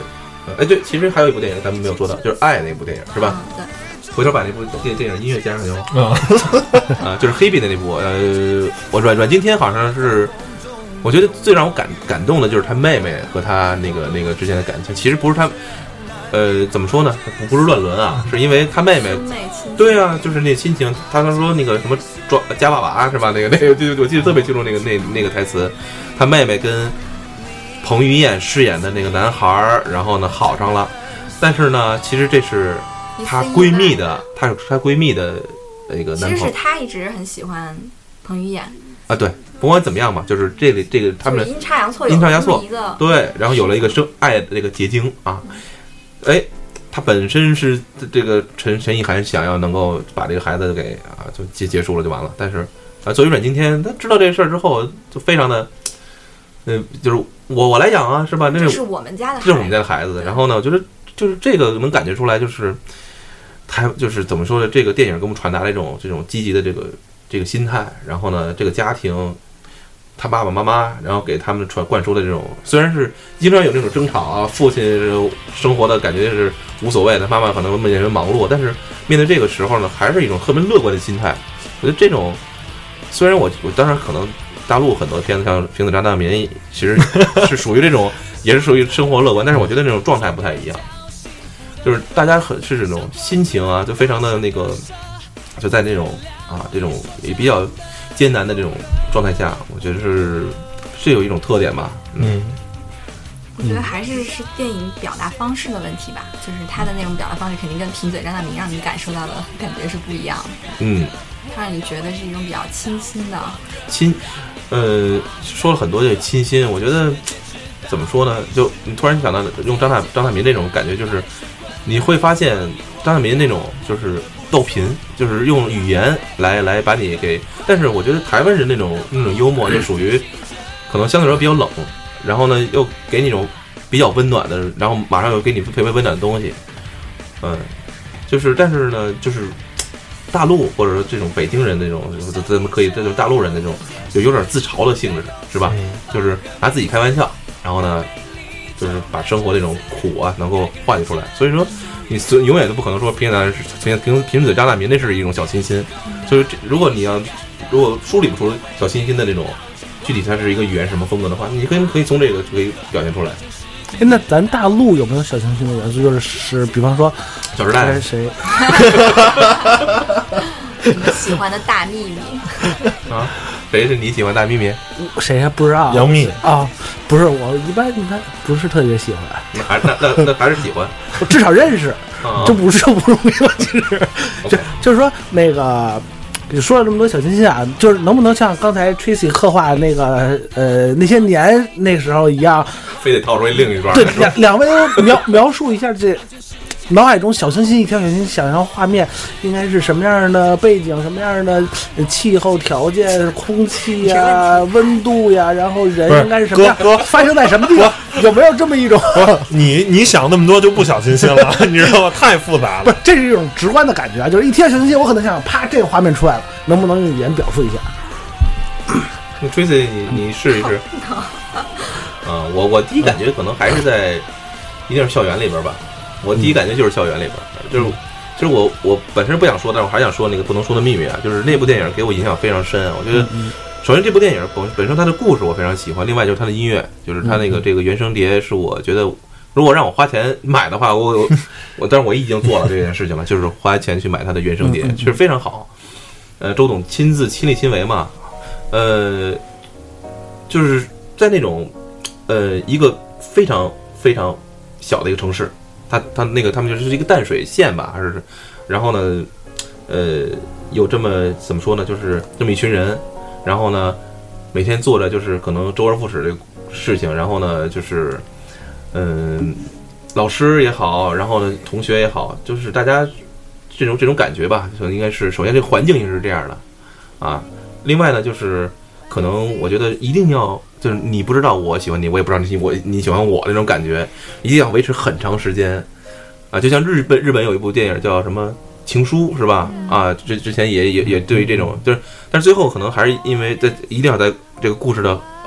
哎，对，其实还有一部电影咱们没有说到，就是《爱》那部电影，是吧？ 嗯、对。 回头把那部电电影音乐加上去啊， 啊，就是黑壁的那部。呃，我阮阮经天好像是，我觉得最让我感感动的就是他妹妹和他那个那个之间的感情。其实不是他，呃，怎么说呢？不不是乱伦啊，是因为他妹妹，对啊，就是那亲情。他他说那个什么抓夹娃娃是吧？那个那个，对对，我记得特别清楚那个那那个台词。他妹妹跟彭于晏饰演的那个男孩，然后呢好上了，但是呢，其实这是。她闺蜜的，她是她闺蜜的那个男朋友。 其实是她一直很喜欢彭于晏啊，对，不管怎么样嘛，就是这个这个他们阴差阳错， 阴差阳错一个对，然后有了一个生爱的这个结晶啊，哎，她本身是这个陈陈意涵想要能够把这个孩子给啊就结结束了就完了，但是啊，作为阮经天，他知道这事儿之后就非常的，呃，就是我我来养啊，是吧？这是我们家的， 这是我们家的孩子，然后呢，我觉得就是这个能感觉出来，就是。他就是怎么说呢？这个电影给我们传达了一种这种积极的这个这个心态，然后呢，这个家庭，他爸爸妈妈，然后给他们传灌输的这种，虽然是经常有这种争吵啊，父亲生活的感觉是无所谓的，妈妈可能面临忙碌，但是面对这个时候呢，还是一种特别乐观的心态。我觉得这种，虽然我我当然可能大陆很多片子像《平子张大民》，其实是属于这种，也是属于生活乐观，但是我觉得那种状态不太一样。就是大家很是这种心情啊，就非常的那个，就在那种啊这种也比较艰难的这种状态下，我觉得是是有一种特点吧。 嗯， 我觉得还是是电影表达方式的问题吧，就是他的那种表达方式肯定跟贫嘴张大民让你感受到的感觉是不一样的。 嗯， 他让你觉得是一种比较清新的亲，呃，说了很多这个清新，我觉得怎么说呢？就你突然想到用张大张大民这种感觉，就是。你会发现张大民那种就是逗贫，就是用语言来来把你给，但是我觉得台湾人那种那种幽默就属于可能相对来说比较冷，然后呢又给你一种比较温暖的，然后马上又给你特别温暖的东西，嗯，就是但是呢就是大陆或者说这种北京人那种咱们可以这种大陆人那种就有点自嘲的性质是吧？就是拿自己开玩笑，然后呢。就是把生活这种苦啊能够化解出来，所以说你永远都不可能说贫嘴贫贫贫嘴张大民那是一种小清新，所以这如果你要如果梳理不出小清新的那种具体它是一个语言什么风格的话，你可以可以从这个就可以表现出来。 哎，那咱大陆有没有小清新的元素？就是是，比方说小时代谁喜欢的大秘密啊？谁是你喜欢大秘密？ 谁还不知道？ 杨幂啊，不是我一般一般不是特别喜欢， 那还那那那还是喜欢， 我至少认识， 啊、 这不是不容易了，其实就就是说那个。你说了这么多小清新啊，就是能不能像刚才 Tracy 刻画那个呃那些年那时候一样， 非得套出另一段？ 对，两两位都描描述一下这脑海中小清新一条小清新想象画面应该是什么样的背景，什么样的气候条件，空气呀、温度呀，然后人应该是什么样，发生在什么地方？有没有这么一种？ 你你想那么多就不小清新了，你知道吗？太复杂了。 不是，这是一种直观的感觉啊，就是一听小清新，我可能想，啪，这个画面出来了，能不能用语言表述一下？ 你 Tracy， 你你试一试。啊，我我第一感觉可能还是在，一定是校园里边吧。我第一感觉就是校园里边，嗯、就是其实我我本身不想说，但是我还想说那个不能说的秘密啊，就是那部电影给我影响非常深。我觉得， 嗯、 首先这部电影本本身它的故事我非常喜欢，另外就是它的音乐，就是它那个这个原声碟是我觉得，如果让我花钱买的话，我我但是我已经做了这件事情了，就是花钱去买它的原声碟，其实非常好。呃，周董亲自亲力亲为嘛，呃，就是在那种呃一个非常非常小的一个城市。他他那个他们就是一个淡水县吧，还是，然后呢，呃，有这么怎么说呢，就是这么一群人，然后呢，每天做着就是可能周而复始的事情，然后呢，就是嗯、呃，老师也好，然后呢，同学也好，就是大家这种这种感觉吧，就应该是首先这个环境也是这样的啊，另外呢，就是可能我觉得一定要。就是你不知道我喜欢你，我也不知道你我你喜欢我那种感觉，一定要维持很长时间，啊，就像日本日本有一部电影叫什么《情书》是吧？啊，之之前也也也对于这种就是，但是最后可能还是因为在一定要在这个故事的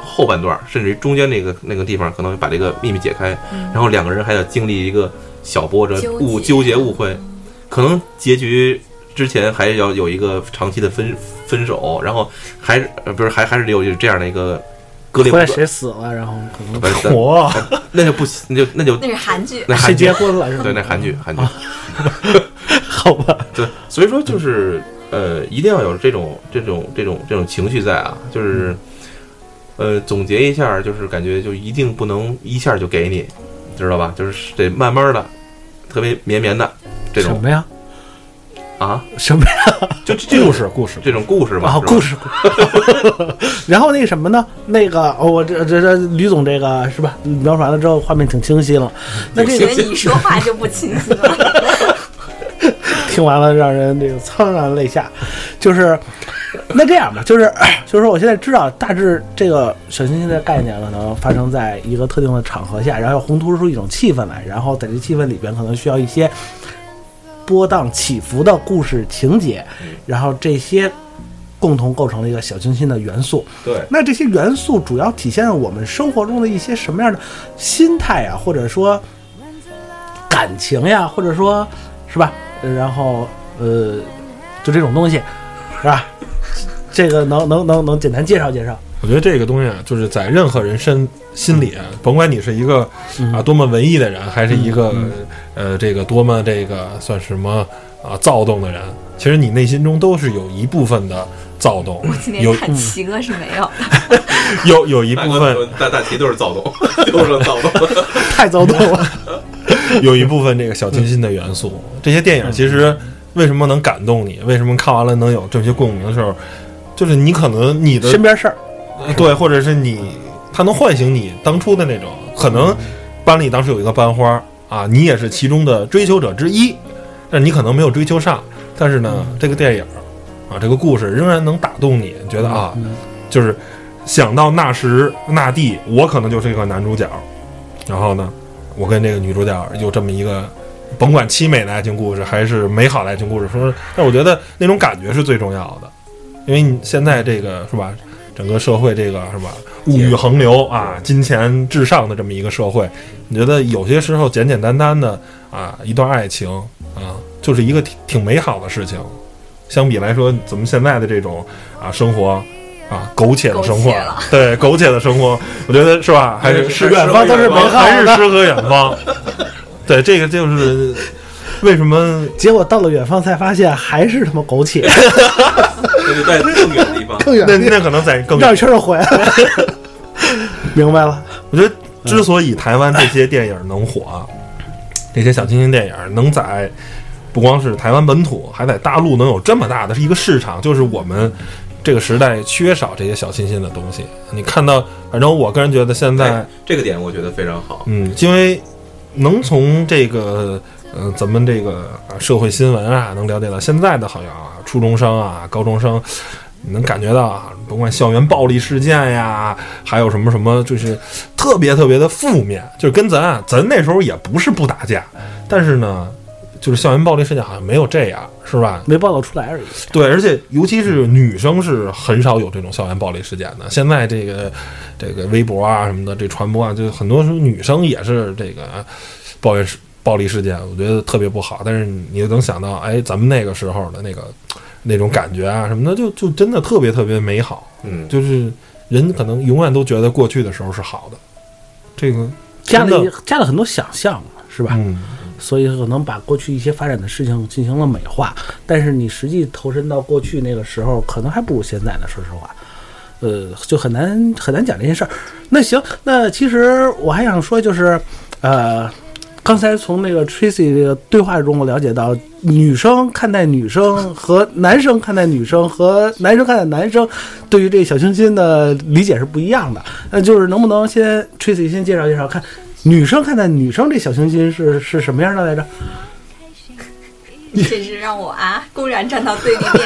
后半段，甚至于中间那个那个地方，可能把这个秘密解开，嗯、然后两个人还要经历一个小波折、误纠结、误会，可能结局之前还要有一个长期的分分手，然后还呃不是还还是有这样的一个割裂。 后来谁死了，然后可能我那就不那就那就那是韩剧， 那谁结婚了是吧？ 对，那韩剧韩剧。 好吧， 对，所以说就是呃，一定要有这种这种这种这种情绪在啊，就是呃，总结一下，就是感觉就一定不能一下就给你，知道吧？就是得慢慢的，特别绵绵的这种什么呀？ 啊？ 什么呀？ 就这故事故事这种故事嘛， 啊，故事。然后那个什么呢？那个哦，我这这这吕总这个是吧？描述完了之后，画面挺清晰了。那这个你说话就不清晰了。 听完了让人这个怆然泪下，就是那这样吧，就是就是说我现在知道大致这个小清新的概念可能发生在一个特定的场合下，然后要烘托出一种气氛来，然后在这气氛里边可能需要一些波荡起伏的故事情节，然后这些共同构成了一个小清新的元素。 对， 那这些元素主要体现了我们生活中的一些什么样的心态啊，或者说感情呀，或者说是吧？然后呃，就这种东西，是吧？这个能能能能简单介绍介绍？ 我觉得这个东西啊，就是在任何人身心里啊，甭管你是一个啊多么文艺的人，还是一个、嗯、呃这个多么这个算什么啊躁动的人，其实你内心中都是有一部分的躁动。 我今天看齐哥是没有的，有有一部分大大齐都是躁动，都是躁动， 太躁动了。 有一部分这个小清新的元素，嗯、这些电影其实为什么能感动你？为什么看完了能有这些共鸣的时候，就是你可能你的身边事儿， 对，或者是你，它能唤醒你当初的那种。可能班里当时有一个班花啊，你也是其中的追求者之一，但你可能没有追求上。但是呢，这个电影啊，这个故事仍然能打动你，觉得啊，就是想到那时那地，我可能就是一个男主角，然后呢。我跟这个女主角有这么一个，甭管凄美的爱情故事还是美好的爱情故事，说，但我觉得那种感觉是最重要的，因为你现在这个是吧，整个社会这个是吧，物欲横流啊，金钱至上的这么一个社会，你觉得有些时候简简单单的啊一段爱情啊，就是一个挺挺美好的事情，相比来说，咱们现在的这种啊生活。啊，苟且的生活，对，苟且的生活，我觉得是吧？还是是远方都是美好的， 还是诗和远方。对，这个就是为什么？ 结果到了远方才发现还是他妈苟且， 那就在更远的地方， 更远那那可能在更绕一圈就回来了。明白了。 我觉得之所以台湾这些电影能火，这些小清新电影能在不光是台湾本土，还在大陆能有这么大的一个市场，就是我们。这个时代缺少这些小清新的东西。你看到，反正我个人觉得现在、哎、 这个点我觉得非常好。 嗯，因为能从这个呃咱们这个社会新闻啊，能了解到现在的好像啊初中生啊、高中生，你能感觉到啊，甭管校园暴力事件呀，还有什么什么，就是特别特别的负面。就是跟咱咱那时候也不是不打架，但是呢。就是校园暴力事件好像没有这样，是吧？ 没报道出来而已。 对，而且尤其是女生是很少有这种校园暴力事件的。现在这个这个微博啊什么的，这传播啊，就很多时候女生也是这个抱怨暴力事件，我觉得特别不好。但是你能想到，哎，咱们那个时候的那个那种感觉啊什么的，就就真的特别特别美好。 嗯， 就是人可能永远都觉得过去的时候是好的，这个加了加了很多想象，是吧？ 嗯。 所以可能把过去一些发展的事情进行了美化，但是你实际投身到过去那个时候，可能还不如现在呢。说实话，呃，就很难很难讲这件事儿。那行，那其实我还想说，就是呃，刚才从那个 Tracy 这个对话中，我了解到，女生看待女生和男生看待女生和男生看待男生，对于这小清新的理解是不一样的。那就是能不能先 Tracy 先介绍介绍看？女生看待女生这小清新是是什么样的来着？ 你这是让我啊公然站到对立面。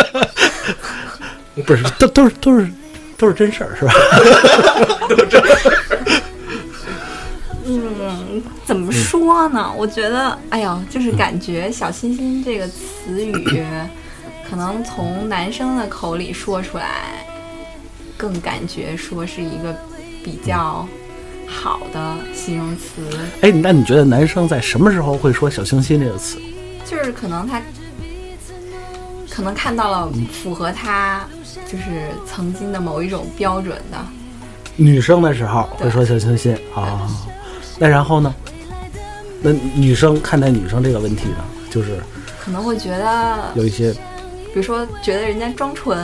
不是，都都是都是都是真事儿，是吧？ 都是真事儿。 嗯，怎么说呢？我觉得，哎呀，就是感觉小清新这个词语，可能从男生的口里说出来更感觉说是一个比较好的形容词。 哎，那你觉得男生在什么时候会说小清新这个词？ 就是可能他可能看到了符合他就是曾经的某一种标准的女生的时候会说小清新啊。那然后呢？那女生看待女生这个问题呢，就是可能会觉得有一些， 比如说觉得人家装纯。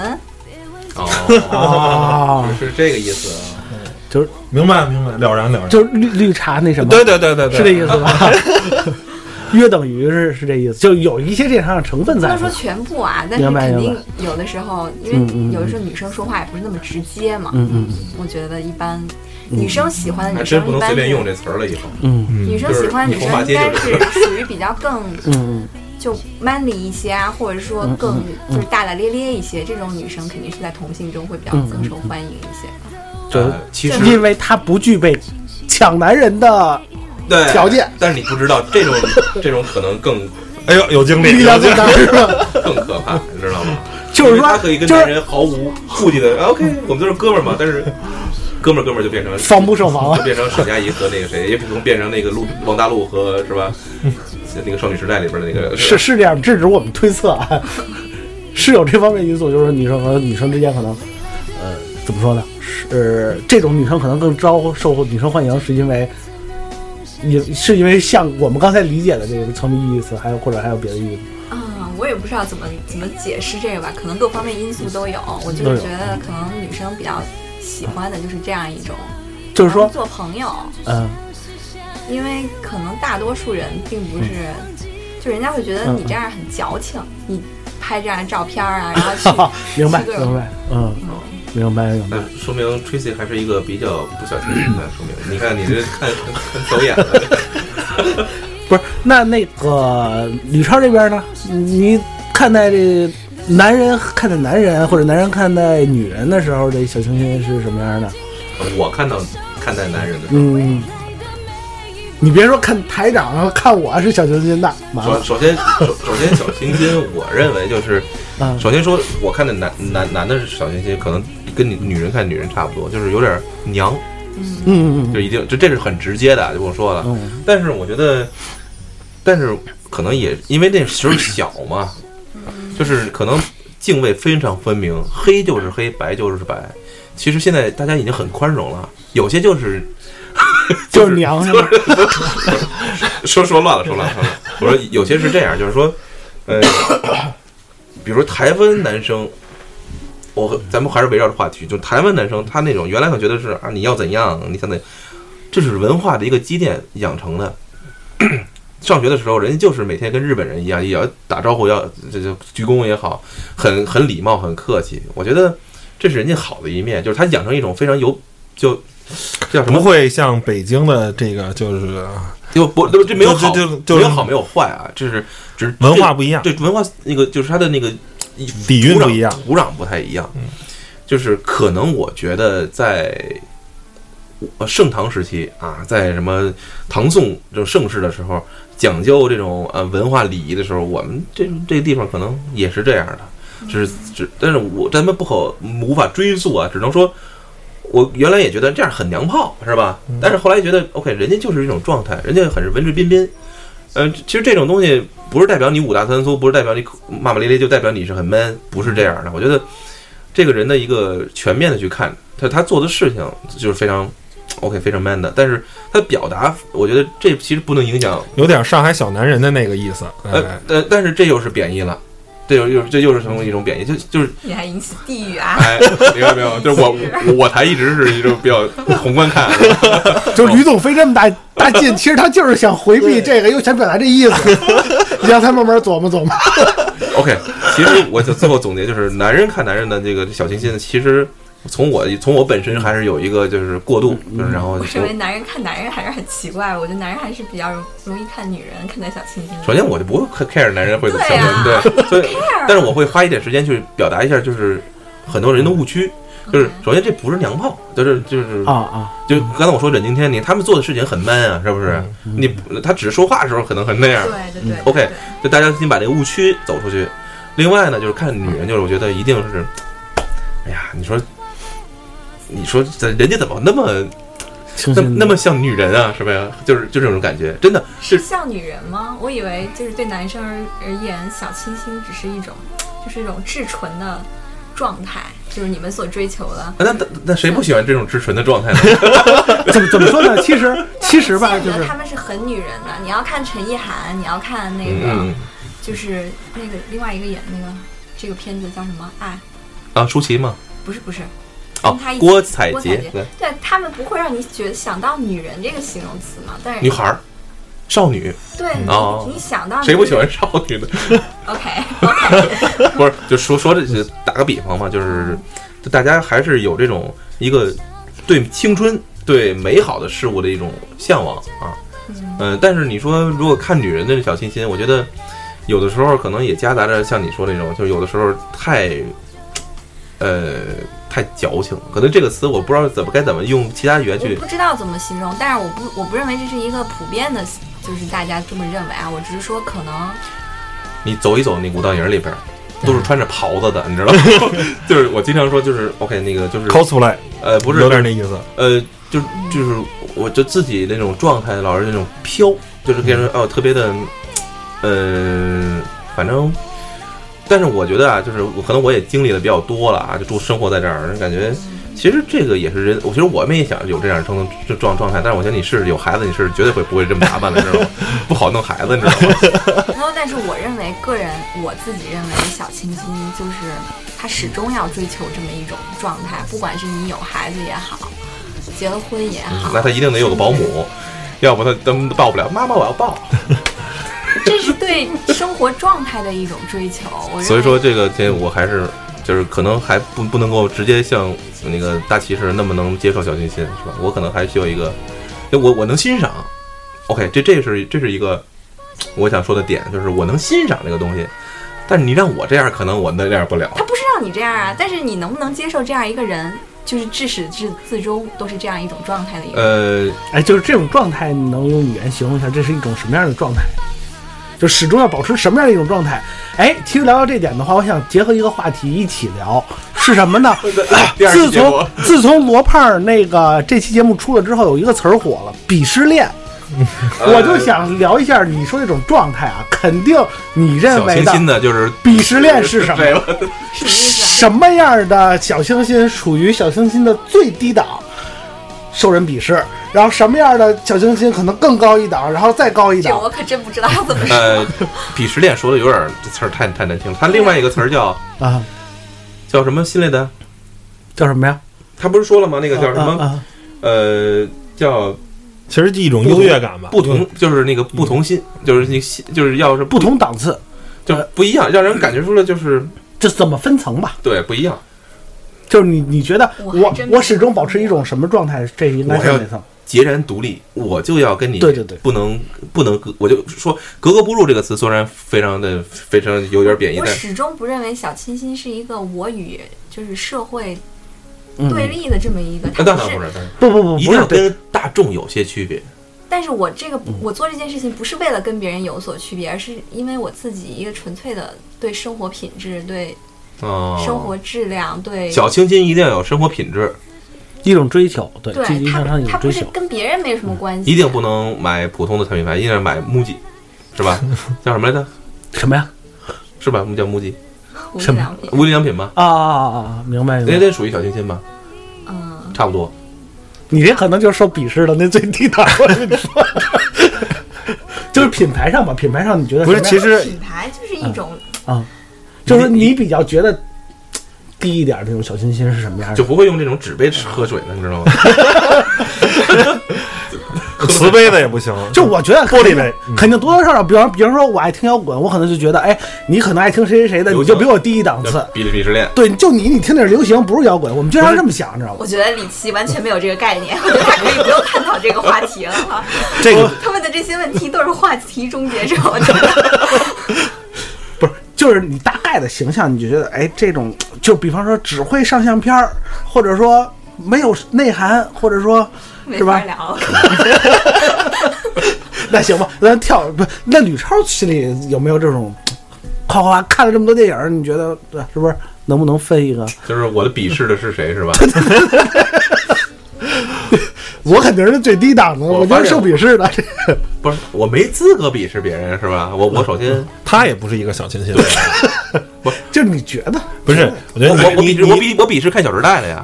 哦，是这个意思啊。 就是明白明白，了然了然， 就是绿绿茶那什么， 对对对对对， 是这意思吧？约等于是是这意思，就有一些这样的成分在。 不能说全部啊，但是肯定有的时候，因为有的时候女生说话也不是那么直接嘛。嗯嗯，我觉得一般女生喜欢的女生一般不能随便用这词儿了以后。 嗯嗯， 女生喜欢的女生应该是属于比较更嗯就 manly 一些啊，或者说更就是大大咧咧一些，这种女生肯定是在同性中会比较更受欢迎一些。 就其实因为她不具备抢男人的条件， 但是你不知道这种这种可能更， 哎呦有经历， 力量更大是吧？ 更可怕，你知道吗？ 就是说， 他可以跟男人毫无顾忌的 ，OK， 我们都是哥们儿嘛。但是哥们儿哥们儿就变成防不胜防了， 就变成沈佳宜和那个谁，也可能变成那个陆王大陆和是吧？那个少女时代里边的那个是是这样，这只是我们推测啊，是有这方面因素，就是女生和女生之间可能，呃，怎么说呢？是这种女生可能更招受女生欢迎，是因为。也是因为像我们刚才理解的这个层面意思，还有或者还有别的意思啊、嗯，我也不知道怎么怎么解释这个吧，可能各方面因素都有。我就是觉得可能女生比较喜欢的就是这样一种， 就是说做朋友， 嗯， 因为可能大多数人并不是，嗯、就人家会觉得你这样很矫情，嗯、你拍这样的照片啊，然后去明白明白，嗯。嗯明白明白， 说明 Tracy 还是一个比较不小清新的，说明你看你这看很走眼了。 不是，那那个吕超这边呢？你看待这男人看待男人，或者男人看待女人的时候，这小清新是什么样的？ 我看到看待男人的时候， 嗯，你别说看台长，看我是小清新的。 首首先首首先小清新，我认为就是， 嗯、 首先说我看的男男男的小清新，可能跟你女人看女人差不多，就是有点娘， 嗯嗯嗯， 就一定就这是很直接的，就不用说了。 嗯、 但是我觉得，但是可能也因为那时候小嘛，就是可能泾渭非常分明，黑就是黑，白就是白。其实现在大家已经很宽容了，有些就是。 就是、就是娘是吧？ 说说乱了，说乱了，说乱了。我说有些是这样，就是说，呃，比如说台湾男生，我咱们还是围绕着话题，就台湾男生他那种原来可能觉得是啊，你要怎样，你想怎样，这是文化的一个积淀养成的。上学的时候，人家就是每天跟日本人一样，也要打招呼，要这就鞠躬也好，很很礼貌，很客气。我觉得这是人家好的一面，就是他养成一种非常有就。叫什么？ 不会像北京的这个，就是就不这没有好， 就就就没有好没有坏啊，这是只是文化不一样， 对文化那个就是它的那个底蕴不一样， 土壤不太一样。嗯，就是可能我觉得在盛唐时期啊，在什么唐宋这种盛世的时候，讲究这种呃文化礼仪的时候，我们这这个地方可能也是这样的，只是只但是我咱们不可无法追溯啊，只能说。我原来也觉得这样很娘炮，是吧？但是后来觉得 ，OK， 人家就是这种状态，人家很是文质彬彬。嗯、呃，其实这种东西不是代表你五大三粗，不是代表你骂骂咧咧，就代表你是很 man， 不是这样的。我觉得这个人的一个全面的去看他，他做的事情就是非常 OK， 非常 man 的。但是他表达，我觉得这其实不能影响， 有点上海小男人的那个意思。 呃，但但是这又是贬义了。这又又这又是成为一种贬义，就就是你还引起地狱啊！ 哎，明白没有？就是我我我台一直是一种比较宏观看， 就吕总费这么大大劲，其实他就是想回避这个，又想表达这意思，你让他慢慢琢磨琢磨。 OK， 其实我就最后总结就是，男人看男人的这个小清新，其实从我从我本身还是有一个就是过渡， 嗯、 就是然后我认为男人看男人还是很奇怪，我觉得男人还是比较容易看女人看待小清新。 首先我就不会 care 男人会怎么想， 对、 啊，对，所以但是我会花一点时间去表达一下，就是很多人的误区。就是首先这不是娘炮，就是就是啊啊， 就刚才我说忍经天，你他们做的事情很 man 啊，是不是？ 嗯、 你他只是说话的时候可能很那样， 对对对。 OK， 就大家先把这个误区走出去。另外呢，就是看女人，就是我觉得一定是，哎呀，你说你说人家怎么那么那那么像女人啊，是不是？就是就这种感觉，真的是像女人吗？我以为就是对男生而言，小清新只是一种，就是一种至纯的状态，就是你们所追求的。 那那那谁不喜欢这种至纯的状态呢？ 怎么怎么说呢？其实其实吧，就是他们是很女人的。你要看陈意涵，你要看那个，嗯、就是那个另外一个演那个这个片子叫什么？爱啊，舒淇吗？ 不是不是。 哦，郭采洁， 对，对他们不会让你觉得想到女人这个形容词嘛？但是女孩、少女， 对， 哦， 你想到谁不喜欢少女的 ？OK OK， 不是，就说说这是打个比方嘛，就是大家还是有这种一个对青春、对美好的事物的一种向往啊。嗯、呃，但是你说如果看女人的小清新，我觉得有的时候可能也夹杂着像你说那种，就是有的时候太，呃。太矫情，可能这个词我不知道怎么该怎么用其他语言去， 我不知道怎么形容，但是我不我不认为这是一个普遍的，就是大家这么认为啊。我只是说可能你走一走那舞蹈营里边，都是穿着袍子的，你知道吗？就是我经常说，就是 OK 那个就是 cosplay， 呃，不是有点那意思， 呃，就就是我就自己那种状态，老是那种飘，就是给人哦特别的，呃，反正。但是我觉得啊，就是可能我也经历的比较多了啊，就住生活在这儿，感觉其实这个也是人。我觉得我们也想有这样状状状态，但是我觉得你是有孩子，你是绝对会不会这么麻烦的，知道吗？不好弄孩子，你知道吗？ 然后，但是我认为，个人我自己认为，小清新就是他始终要追求这么一种状态，不管是你有孩子也好，结了婚也好， 嗯、那他一定得有个保姆，要不他根本抱不了。妈妈，我要抱。 这是对生活状态的一种追求，我所以说这个这我还是就是可能还不不能够直接像那个大骑士那么能接受小清新，是吧？我可能还需要一个，我我能欣赏 ，OK， 这这是这是一个我想说的点，就是我能欣赏这个东西，但是你让我这样，可能我那样不了。 他不是让你这样啊，但是你能不能接受这样一个人？就是至始至至终都是这样一种状态的一个人。 呃，哎，就是这种状态，你能用语言形容一下，这是一种什么样的状态？就始终要保持什么样的一种状态？哎，其实聊到这点的话，我想结合一个话题一起聊，是什么呢？自从自从罗胖那个这期节目出了之后，有一个词儿火了，鄙视链。我就想聊一下你说这种状态啊，肯定你认为的小清新的就是鄙视链是什么？ 什么意思啊？ 什么样的小清新属于小清新的最低档，受人鄙视？然后什么样的小清新可能更高一档，然后再高一档？ 这我可真不知道要怎么说。 呃，鄙视链说的有点这词儿太太难听了。他另外一个词儿叫啊， 叫什么新来的？ 叫什么呀？ 他不是说了吗？那个叫什么？ 啊啊、 呃，叫。 其实一种优越感吧， 不同就是那个不同心，嗯、就是你就是要是不同档次， 就不一样，让人感觉出来就是这怎么分层吧？ 对，不一样。 就是你你觉得我我始终保持一种什么状态？这应该是哪层？ 截然独立，我就要跟你对对对， 不能不能，我就说格格不入这个词，虽然非常的非常有点贬义， 我始终不认为小清新是一个我与就是社会。对立的这么一个， 当然不是， 不不不， 一定要跟大众有些区别。 但是我这个我做这件事情不是为了跟别人有所区别，而是因为我自己一个纯粹的对生活品质、对生活质量、对小清新一定要有生活品质， 一种追求。对， 对， 它它不是跟别人没什么关系。 一定不能买普通的产品牌，一定要买 MUJI， 是吧？叫什么来着？ 什么呀？ 是吧？叫 MUJI。 无印良品， 无印良品吗？ 啊啊啊！明白， 那这属于小清新吧？ 嗯， 差不多。 你这可能就是受鄙视的那最低档，我跟你说，就是品牌上吧，品牌上你觉得不是？其实品牌就是一种啊、嗯，就是你比较觉得低一点这种小清新是什么样的？ 就不会用这种纸杯喝水的，你知道吗？ 瓷杯的也不行， 就我觉得玻璃杯肯定多多少少，比方比方说我爱听摇滚，我可能就觉得，哎，你可能爱听谁谁谁的，你就比我低一档次， 鄙鄙视链。 对，就你你听点流行，不是摇滚，我们经常这么想，知道吗？ 我觉得李琦完全没有这个概念，我觉得他可以不用探讨这个话题了哈。 这个他们的这些问题都是话题终结者，我觉得。 不是，就是你大概的形象，你就觉得，哎，这种就比方说只会上相片儿，或者说没有内涵，或者说。是吧？那行吧，咱跳不？那吕超心里有没有这种夸夸看了这么多电影，你觉得对是不是能不能分一个？ 就是我的鄙视的是谁是吧？ 我肯定是最低档的，我就是受鄙视的。 不是，我没资格鄙视别人是吧？我我首先他也不是一个小清新的人， 不，就是你觉得不是？我觉得我我鄙视我鄙我鄙视看《小时代》的呀。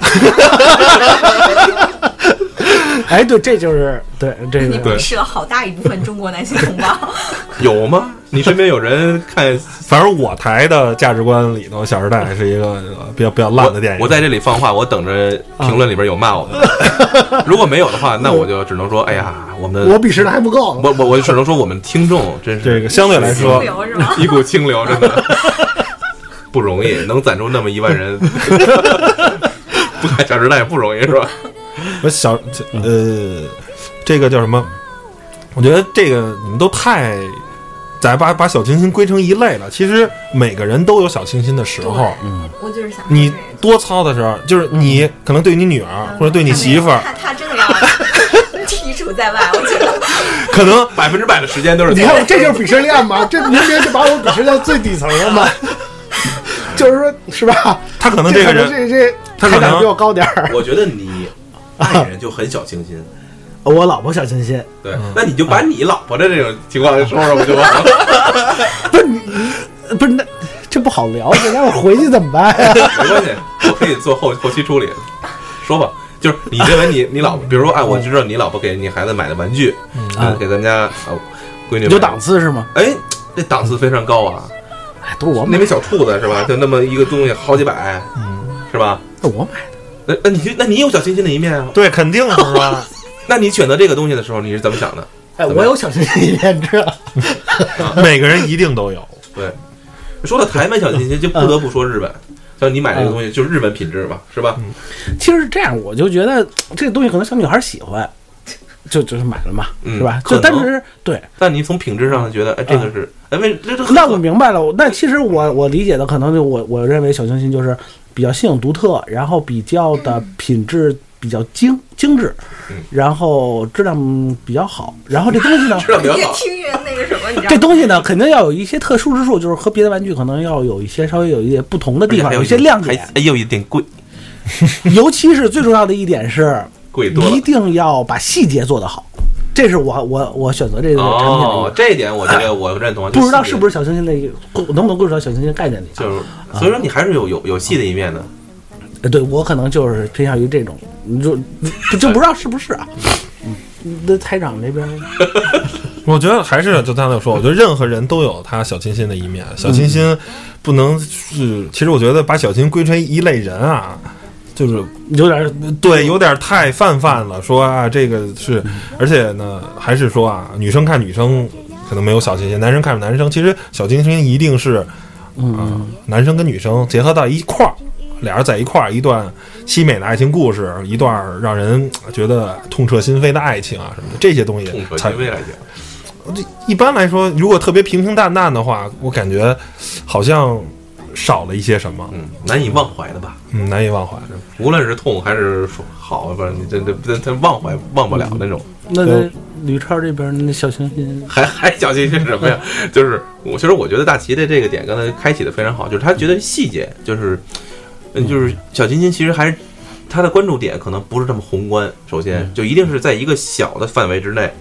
哎，对，这就是对这你个鄙视了好大一部分中国男性同胞。 有吗？你身边有人看？ 反正我台的价值观里头，《小时代》是一个比较比较烂的电影。 我, 我在这里放话，我等着评论里边有骂我们的。如果没有的话，那我就只能说，哎呀，我们我鄙视的还不够。 我我我只能说，我们听众真是这个相对来说一股清流，真的不容易，能攒出那么一万人不看《小时代》不容易，是吧？ 我小呃，这个叫什么？我觉得这个你们都太，咱把把小清新归成一类了。其实每个人都有小清新的时候。 嗯，我就是想你多操的时候，就是你可能对你女儿、嗯、或者对你媳妇儿， 他他真的要剔除在外。我觉得可能百分之百的时间都是。 你看，这就是鄙视链嘛？这明明就把我鄙视到最底层了嘛？就是说，是吧？ 他可能这个人， 这这他可能比我高点儿。 我觉得你爱人就很小清新。 我老婆小清新， 对，嗯、那你就把你老婆的这种情况说说不就完了？ 不是你，不是那这不好聊，你让我回去怎么办呀？ 没关系，我可以做后后期处理。说吧，就是你认为你你老婆，比如说哎，我知道你老婆给你孩子买的玩具，嗯，嗯给咱家啊闺女有档次是吗？ 哎，这档次非常高啊， 哎，都是我买那枚小兔子是吧？就那么一个东西，好几百，嗯，是吧？ 那我买那的， 那你那你有小清新的一面啊？ 对，肯定是吧？ 那你选择这个东西的时候，你是怎么想的？ 哎，我有小清新一面，知道？ 每个人一定都有。 对，说到台湾小清新，就不得不说日本。像你买这个东西，就是日本品质嘛，是吧？ 其实是这样，我就觉得这个东西可能小女孩喜欢，就就是买了嘛，是吧？就但是对， 但你从品质上觉得，哎，这个是，哎，为这这那我明白了。那其实我我理解的可能就我我认为小清新就是比较新颖独特，然后比较的品质。比较精精致，然后质量比较好，然后这东西呢， 质量比较好， 越听越那个什么，你知道吗？ 这东西呢，肯定要有一些特殊之处，就是和别的玩具可能要有一些稍微有一点不同的地方，有一些亮点， 还有一点贵， 尤其是最重要的一点是， 贵多了， 一定要把细节做得好。这是我我我选择这个产品的哦，这一点我觉得我认同。 不知道是不是小清新的一个，能不能归属到小清新概念里？ 就是，所以说你还是有有有细的一面的。 呃，对我可能就是偏向于这种，你就就不知道是不是啊？那台长那边， 我觉得还是就刚才说，我觉得任何人都有他小清新的一面。小清新不能是，其实我觉得把小清新归成一类人啊，就是有点对，有点太泛泛了。说啊，这个是，而且呢，还是说啊，女生看女生可能没有小清新，男生看男生，其实小清新一定是，嗯、呃，男生跟女生结合到一块儿。俩人在一块儿，一段凄美的爱情故事，一段让人觉得痛彻心扉的爱情啊什么的，这些东西痛彻心扉来讲， 这一般来说，如果特别平平淡淡的话，我感觉好像少了一些什么， 嗯，难以忘怀的吧， 嗯，难以忘怀， 无论是痛还是好，不是你这这这这忘怀忘不了那种。 那那吕超这边那小清新还还小清新什么呀？就是我其实我觉得大齐的这个点刚才开启的非常好，就是他觉得细节就是。嗯，就是小清新其实还是它的关注点可能不是这么宏观，首先就一定是在一个小的范围之内。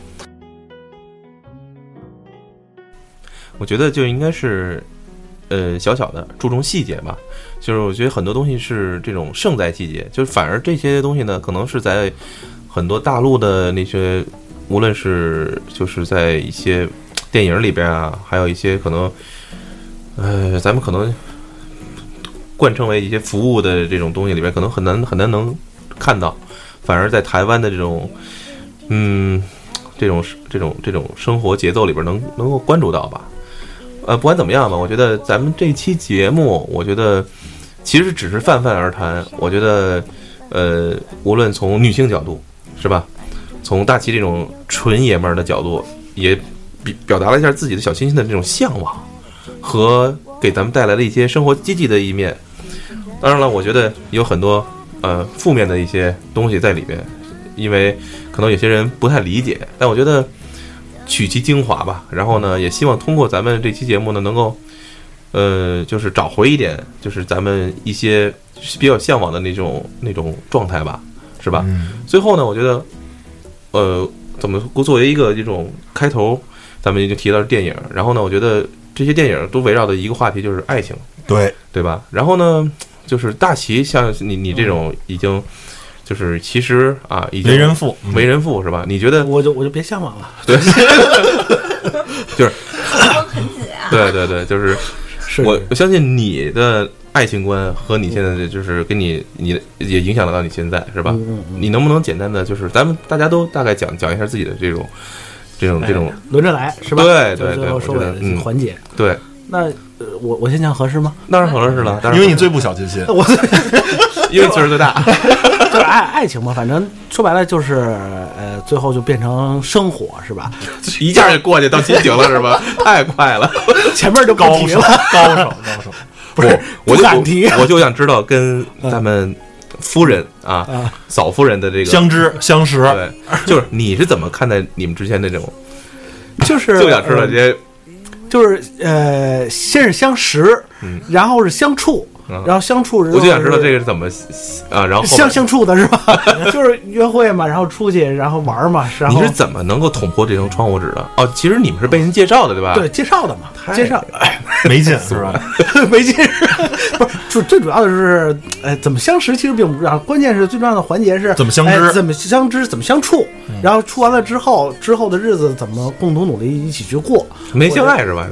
我觉得就应该是，呃，小小的注重细节吧。就是我觉得很多东西是这种胜在细节，就是反而这些东西呢，可能是在很多大陆的那些，无论是就是在一些电影里边啊，还有一些可能，呃，咱们可能。贯称为一些服务的这种东西里面，可能很难很难能看到，反而在台湾的这种，嗯，这种这种这种生活节奏里边能能够关注到吧。呃，不管怎么样吧，我觉得咱们这期节目，我觉得其实只是泛泛而谈。我觉得，呃，无论从女性角度是吧，从大齐这种纯爷们儿的角度，也表达了一下自己的小清新的这种向往和给咱们带来了一些生活积极的一面。当然了，我觉得有很多呃负面的一些东西在里面，因为可能有些人不太理解，但我觉得取其精华吧。然后呢，也希望通过咱们这期节目呢，能够呃，就是找回一点，就是咱们一些比较向往的那种那种状态吧，是吧？ 嗯、 最后呢，我觉得，呃，怎么作为一个这种开头，咱们已经提到是电影，然后呢，我觉得这些电影都围绕的一个话题就是爱情， 对对吧？然后呢，就是大齐像你你这种已经。就是其实啊，已经为人父， 为人父是吧？你觉得我就我就别向往了， 对，就是很紧啊。 对对对，就是是我我相信你的爱情观和你现在的就是跟你你也影响得到你现在是吧？ 嗯嗯嗯你能不能简单的就是咱们大家都大概讲讲一下自己的这种这种这种哎轮着来是吧？ 对对对最后收尾的嗯环节。 对， 那呃我我先讲合适吗？ 当然合适了，当然因为你最不小清新， 我因为岁数最大， 就是爱爱情嘛，反正说白了就是呃，最后就变成生活是吧？ 一下就过去到亲情了是吧？太快了， 前面就不高手提了， 高手高手， 不是我就不敢提我就想知道跟咱们夫人啊啊嫂夫人的这个相知相识， 对，就是你是怎么看待你们之间那种？ 就是就想知道这些， 就是呃，先是相识， 嗯然后是相处， 嗯然后相处， 我就想知道这个是怎么啊，然后后面相相处的是吧？就是约会嘛，然后出去，然后玩嘛，然后你是怎么能够捅破这层窗户纸的？哦，其实你们是被人介绍的，对吧？ 对介绍的嘛，介绍没劲是吧？ 没劲，不是主最主要的是，哎，怎么相识其实并不重要，关键是最重要的环节是怎么相知哎怎么相知，怎么相处，然后处完了之后，之后的日子怎么共同努力一起去过。 没相爱是吧？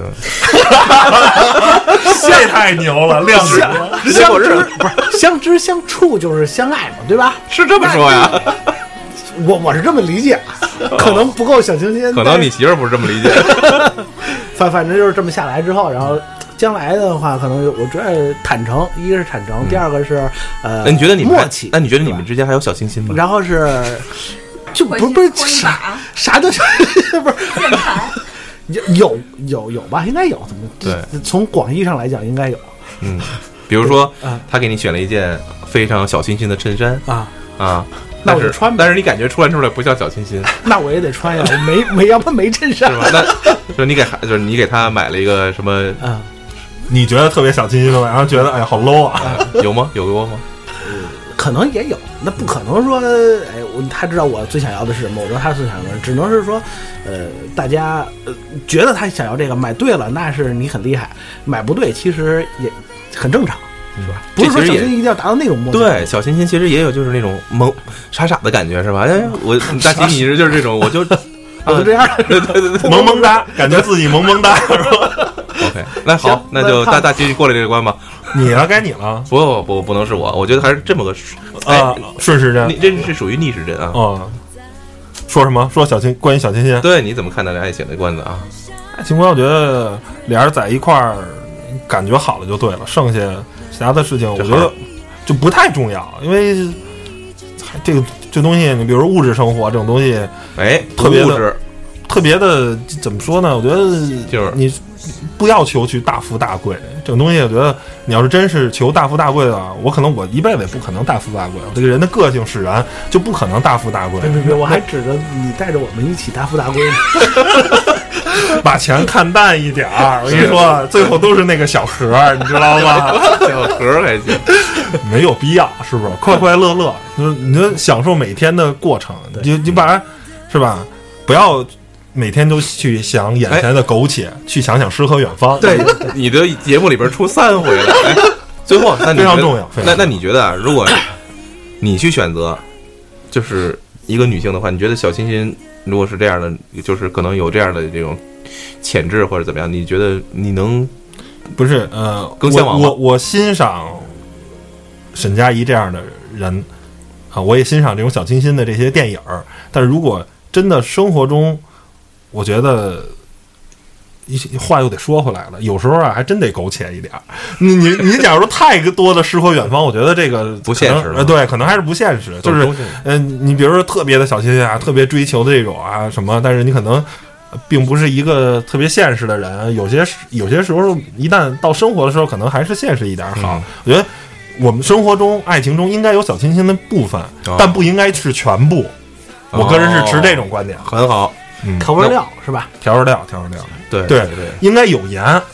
这太牛了，亮指相知不是相知相处就是相爱嘛，对吧？ 是这么说呀？ 我我是这么理解，可能不够小清新， 可能你媳妇儿不是这么理解。 反反正就是这么下来之后，然后将来的话，可能我觉得坦诚，一个是坦诚，第二个是呃， 那你觉得你们默契？ 那你觉得你们之间还有小清新吗？ 然后是就不是不是啥啥都不是键盘有有有有吧？应该有，怎么对？ 从广义上来讲，应该有嗯，比如说啊他给你选了一件非常小清新的衬衫啊。 啊， 那我但就是穿呗但是你感觉穿出来不像小清新， 那我也得穿呀，我没没要不然没衬衫是吧？那就是你给孩，就是你给他买了一个什么？ 啊。 你觉得特别小清新的，然后觉得哎好 low 啊， 有吗？有过吗？ 可能也有，那不可能说，哎，我他知道我最想要的是什么，我知道他最想要的，只能是说，呃，大家呃觉得他想要这个买对了，那是你很厉害；买不对，其实也很正常，是吧？不是说这其实也小清新一定要达到那种默契。 对，小清新其实也有就是那种懵傻傻的感觉，是吧？哎，我大齐你是就是这种，我就我就这样。 对对对对萌萌哒，感觉自己萌萌哒是吧？ ，OK，那好行， 那就那大大齐过来这个关吧。 你了，该你了不不不，不能是我，我觉得还是这么个啊哎，， 顺时针你这是属于逆时针啊。 啊。说什么？说小清关于小清新对，你怎么看待这爱情的观子啊？ 爱情观，我觉得俩人在一块儿感觉好了就对了，剩下其他的事情我觉得就不太重要，因为这个这东西，你比如说物质生活这种东西， 哎， 特别的物质特别的怎么说呢？我觉得就是你不要求去大富大贵，这种东西，我觉得你要是真是求大富大贵的，我可能我一辈子也不可能大富大贵。这个人的个性使然，就不可能大富大贵。 别别别，我还指着你带着我们一起大富大贵呢。 把钱看淡一点儿，我跟你说，最后都是那个小盒儿，你知道吗？ 小盒还行， 没有必要，是不是？快快乐乐，就是你就享受每天的过程，你就你把是吧？不要每天都去想眼前的苟且，去想想诗和远方。 对，你的节目里边出三回了。哎，最后，那你非常觉得重要非常重要那那你觉得啊，如果你去选择，就是一个女性的话，你觉得小清新如果是这样的，就是可能有这样的这种潜质或者怎么样？你觉得你能不是呃， 更向往吗我我我欣赏沈佳宜这样的人啊，我也欣赏这种小清新的这些电影儿。但是如果真的生活中，我觉得一话又得说回来了，有时候啊还真得苟且一点儿。你你你假如说太多的诗和远方，我觉得这个不现实了可能呃，对，可能还是不现实。就是中性嗯、呃，你比如说特别的小清新啊，特别追求的这种啊什么，但是你可能并不是一个特别现实的人。有些有些时候，一旦到生活的时候，可能还是现实一点好。 嗯我觉得我们生活中、爱情中应该有小清新的部分， 哦但不应该是全部。我个人是持这种观点， 很好， 嗯， 调味料是吧？ 调味料，调味料， 对对对， 应该有盐，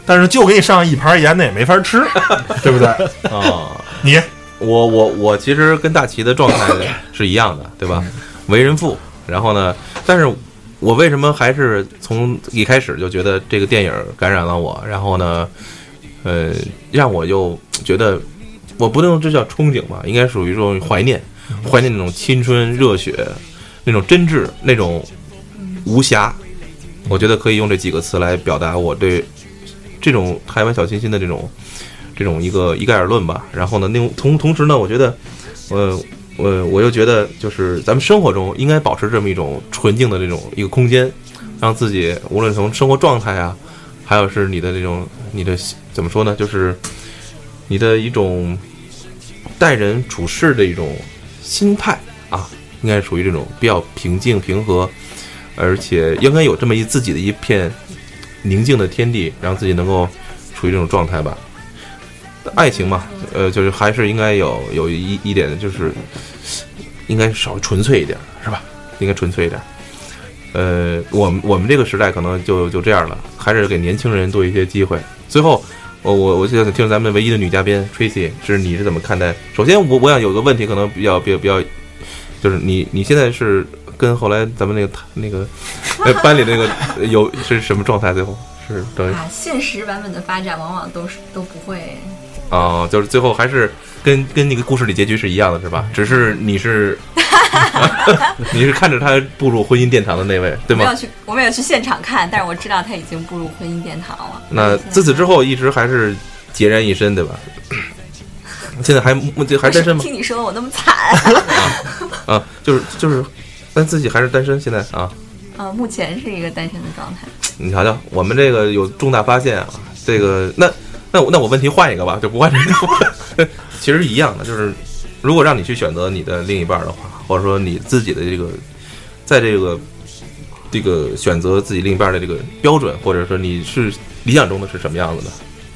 但是就给你上一盘盐，那也没法吃，对不对？ 啊， 你我我我其实跟大齐的状态是一样的，对吧？为人父，然后呢，但是我为什么还是从一开始就觉得这个电影感染了我，然后呢，呃，让我又觉得我不能这叫憧憬吧，应该属于这种怀念，怀念那种青春热血，那种真挚，那种无暇。我觉得可以用这几个词来表达我对这种台湾小清新的这种这种一个一概而论吧。然后呢，那同同时呢，我觉得，呃，我我又觉得，就是咱们生活中应该保持这么一种纯净的这种一个空间，让自己无论从生活状态啊，还有是你的这种你的怎么说呢，就是你的一种待人处事的一种心态啊，应该属于这种比较平静平和。而且应该有这么一自己的一片宁静的天地，让自己能够处于这种状态吧。爱情嘛，呃，就是还是应该有有一一点，就是应该稍微纯粹一点，是吧？应该纯粹一点。呃，我们我们这个时代可能就就这样了，还是给年轻人多一些机会。最后，我我我想听咱们唯一的女嘉宾 Tracy， 是你是怎么看待？首先，我我想有个问题，可能比较比较比较，就是你你现在是。跟后来咱们那个那个班里那个有是什么状态？最后是等于啊，现实版本的发展往往都是都不会哦，就是最后还是跟跟那个故事里结局是一样的，是吧？只是你是你是看着他步入婚姻殿堂的那位，对吗？ 我没有去，我没有去现场看，但是我知道他已经步入婚姻殿堂了。 那自此之后一直还是孑然一身，对吧？现在还还单身吗？ 听你说我那么惨啊啊，就是就是。但自己还是单身，现在啊， 呃，目前是一个单身的状态。 你瞧瞧，我们这个有重大发现啊！这个，那那我那我问题换一个吧，就不换这个。其实一样的，就是如果让你去选择你的另一半的话，或者说你自己的这个，在这个这个选择自己另一半的这个标准，或者说你是理想中的是什么样子的？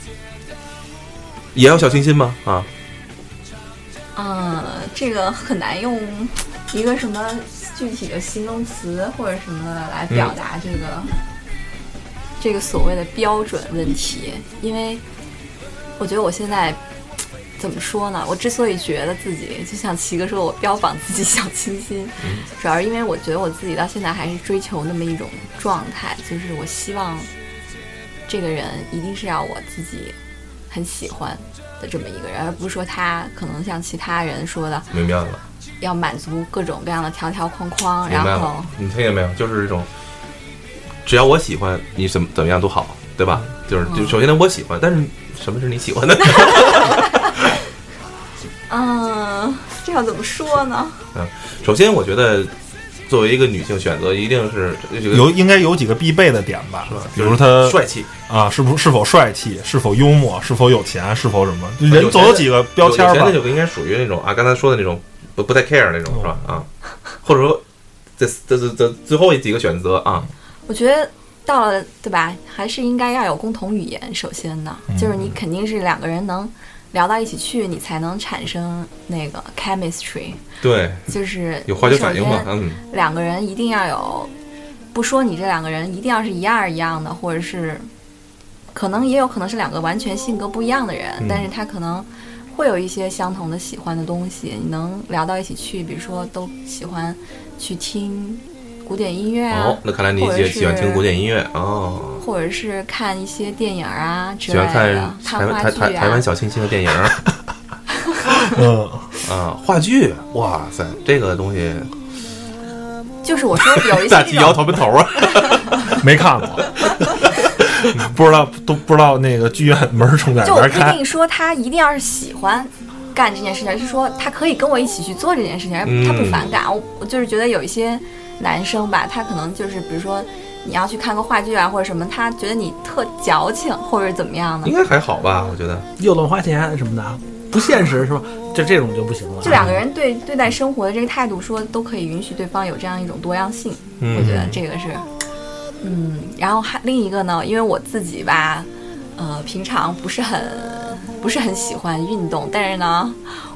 也要小清新吗？啊？ 嗯，这个很难用一个什么具体的形容词或者什么来表达这个、嗯、这个所谓的标准问题，因为我觉得我现在怎么说呢？我之所以觉得自己就像齐哥说，我标榜自己小清新，嗯、主要是因为我觉得我自己到现在还是追求那么一种状态，就是我希望这个人一定是要我自己很喜欢的这么一个人，而不是说他可能像其他人说的， 明白了， 要满足各种各样的条条框框， 然后你听见没有？就是这种，只要我喜欢你怎么怎么样都好，对吧？就是就首先呢，我喜欢，但是什么是你喜欢的？ 嗯，这要怎么说呢？ 嗯，首先我觉得作为一个女性选择，一定是有应该有几个必备的点吧， 是吧？ 比如她帅气啊，是不是否帅气，是否幽默，是否有钱，是否什么？人总有几个标签吧。 有钱的就应该属于那种啊，刚才说的那种不不太 care 那种，是吧？啊，或者说这这这这最后几个选择啊， 我觉得到了对吧，还是应该要有共同语言。首先呢， 嗯、 就是你肯定是两个人能聊到一起去，你才能产生那个 chemistry。 对， 就是有化学反应嘛。嗯， 两个人一定要有，不说你这两个人一定要是一样一样的，或者是可能也有可能是两个完全性格不一样的人， 嗯、 但是他可能会有一些相同的喜欢的东西，你能聊到一起去。比如说都喜欢去听古典音乐啊， 哦，那看来你也喜欢听古典音乐哦， 或者是看一些电影啊之类的，喜欢看台湾台台台湾小清新的电影。 嗯啊，话剧，哇塞，这个东西就是我说有一些大鸡摇头跟头啊， 没看过，不知道都不知道那个剧院门冲在哪开。 就不一定说他一定要是喜欢干这件事情，是说他可以跟我一起去做这件事情， 嗯、 他不反感。我我就是觉得有一些男生吧，他可能就是比如说你要去看个话剧啊或者什么，他觉得你特矫情或者怎么样的， 应该还好吧？我觉得又乱花钱什么的，不现实是吧？这这种就不行了。 就两个人对对待生活的这个态度，说都可以允许对方有这样一种多样性。 嗯、 我觉得这个是，嗯，然后还另一个呢，因为我自己吧，呃，平常不是很不是很喜欢运动，但是呢，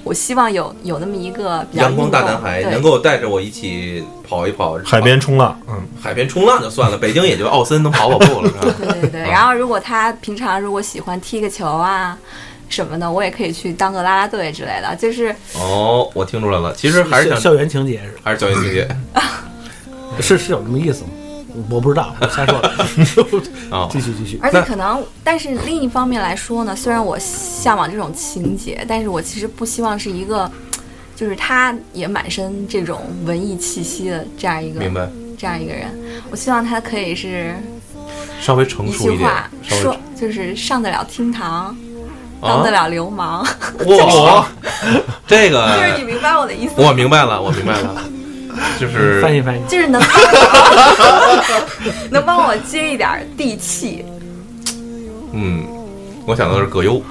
我希望有有那么一个比较阳光大男孩， 对能够带着我一起跑一跑海边冲浪，嗯， 海边冲浪就算了，北京也就奥森能跑跑步了，是吧？ 对对对。然后如果他平常如果喜欢踢个球啊什么的，我也可以去当个啦啦队之类的，就是哦，我听出来了，其实还是想校园情节是还是校园情节是是有这么意思吗？我不知道，我瞎说的。 啊。 继续继续。 而且可能，但是另一方面来说呢，虽然我向往这种情节，但是我其实不希望是一个，就是他也满身这种文艺气息的这样一个， 明白？ 这样一个人，我希望他可以是稍微成一熟一点句话， 稍微说就是上得了厅堂，当得了流氓， 哇，这个就是你明白我的意思吗？ 我明白了，我明白了，就是翻译翻译， 就是能帮我能帮我接一点地气。 嗯，我想到的是葛优。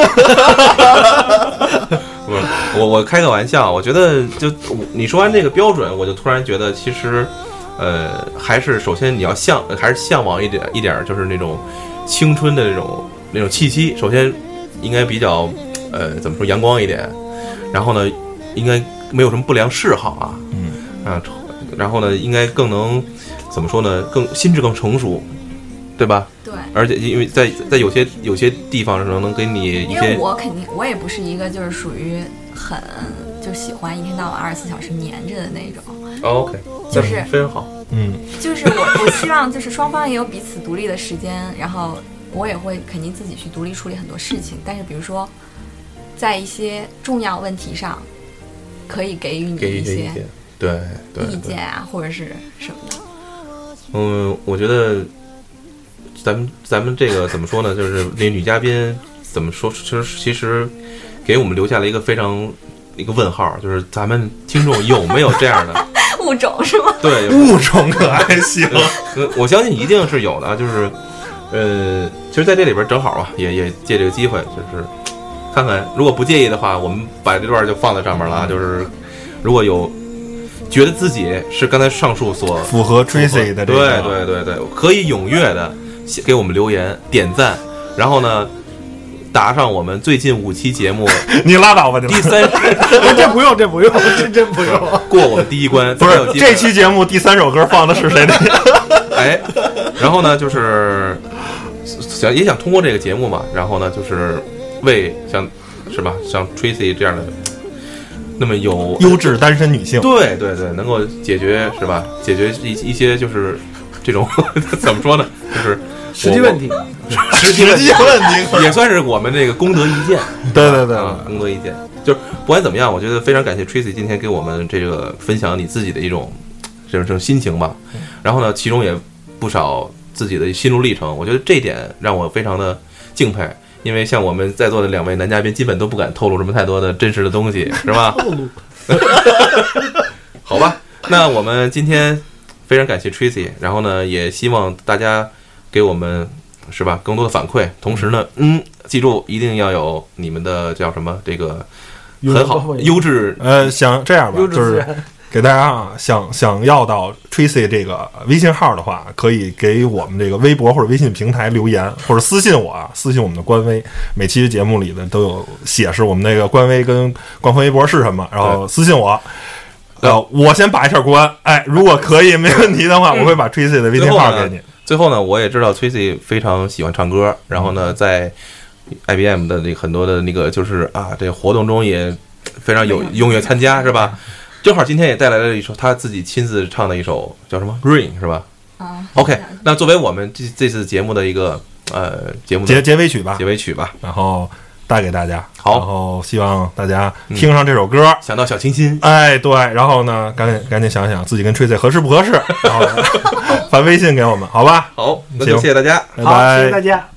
不是我，我开个玩笑。我觉得就你说完这个标准，我就突然觉得，其实，呃，还是首先你要向，还是向往一点一点，就是那种青春的那种那种气息。首先应该比较，呃，怎么说阳光一点。然后呢，应该没有什么不良嗜好啊， 嗯啊，然后呢，应该更能怎么说呢？更心智更成熟，对吧？ 对， 而且因为在在有些有些地方上能给你一因为些， 我肯定我也不是一个就是属于很就喜欢一天到晚二十四小时黏着的那种， 哦 OK， 就是非常好。 嗯， 就是我我希望就是双方也有彼此独立的时间，然后我也会肯定自己去独立处理很多事情，但是比如说在一些重要问题上，可以给予你给一些一些意见，对对意对见啊，或者是什么的。 嗯，我觉得咱们咱们这个怎么说呢？就是那女嘉宾怎么说？其实其实给我们留下了一个非常一个问号，就是咱们听众有没有这样的物种是吗？ 对物种可还行？ 呃我相信一定是有的啊。就是呃，其实在这里边正好啊，也也借这个机会，就是看看，如果不介意的话，我们把这段就放在上面了啊。就是如果有觉得自己是刚才上述所符合 Tracy 的这对个， 对对对，可以踊跃的给我们留言点赞，然后呢打上我们最近五期节目你拉倒吧，你第三这不用，这不用，这真不用。 过我们第一关， 不是才有机会这期节目第三首歌放的是谁的？ 哎，然后呢就是想也想通过这个节目嘛，然后呢就是为像是吧像 Tracy 这样的那么有优质单身女性， 对对对，能够解决是吧？解决一一些就是这种怎么说呢？就是实际问题， 实际问题实际问题也算是我们这个功德一件。 对对对啊，功德一件。就是不管怎么样，我觉得非常感谢 Tracy 今天给我们这个分享你自己的一种这种这种心情吧。然后呢，其中也不少自己的心路历程，我觉得这一点让我非常的敬佩。因为像我们在座的两位男嘉宾，基本都不敢透露这么太多的真实的东西，是吧？ 透露。 好吧，那我们今天非常感谢 Tracy， 然后呢，也希望大家给我们是吧更多的反馈，同时呢，嗯，记住一定要有你们的叫什么这个很好优质呃，想这样吧， 优质就是资源给大家啊，想想要到 Tracy 这个微信号的话，可以给我们这个微博或者微信平台留言，或者私信我啊，私信我们的官微。每期节目里呢都有写是我们那个官微跟官方微博是什么，然后私信我。呃，我先把一下关，哎，如果可以没问题的话，我会把 Tracy 的微信号给你。 最后呢，我也知道 Tracy 非常喜欢唱歌，然后呢，在 I B M 的那很多的那个就是啊，这个活动中也非常有踊跃参加，是吧？正好今天也带来了一首他自己亲自唱的一首叫什么《Rain》是吧？ 啊 OK， 那作为我们这这次节目的一个呃节目的结结尾曲吧， 结尾曲吧， 然后带给大家。 好， 然后希望大家听上这首歌， 想到小清新， 哎，对，然后呢，赶紧赶紧想想自己跟 Tracy 合适不合适，然后发微信给我们，好吧？ 好，那就谢谢大家， 好， 拜拜， 谢谢大家。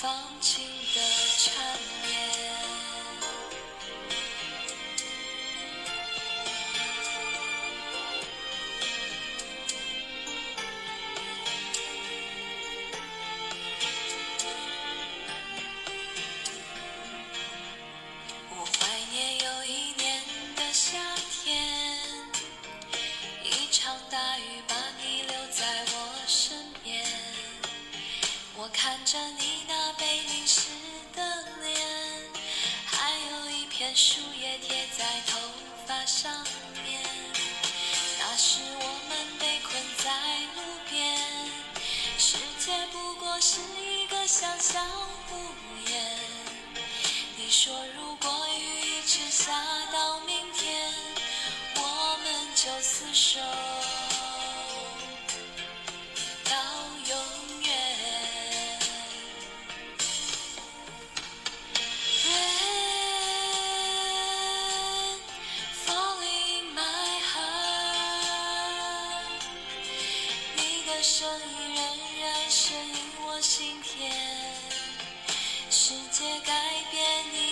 放晴的缠绵。我怀念有一年的夏天，一场大雨把你留在我身边，我看着你那被淋湿的脸，还有一片树叶贴在头发上面。那时我们被困在路边，世界不过是一个小小屋檐。你说如果雨一直下到明天，我们就厮守到永远。Rain falling my heart， 你的声音仍然声音我心田，世界改变你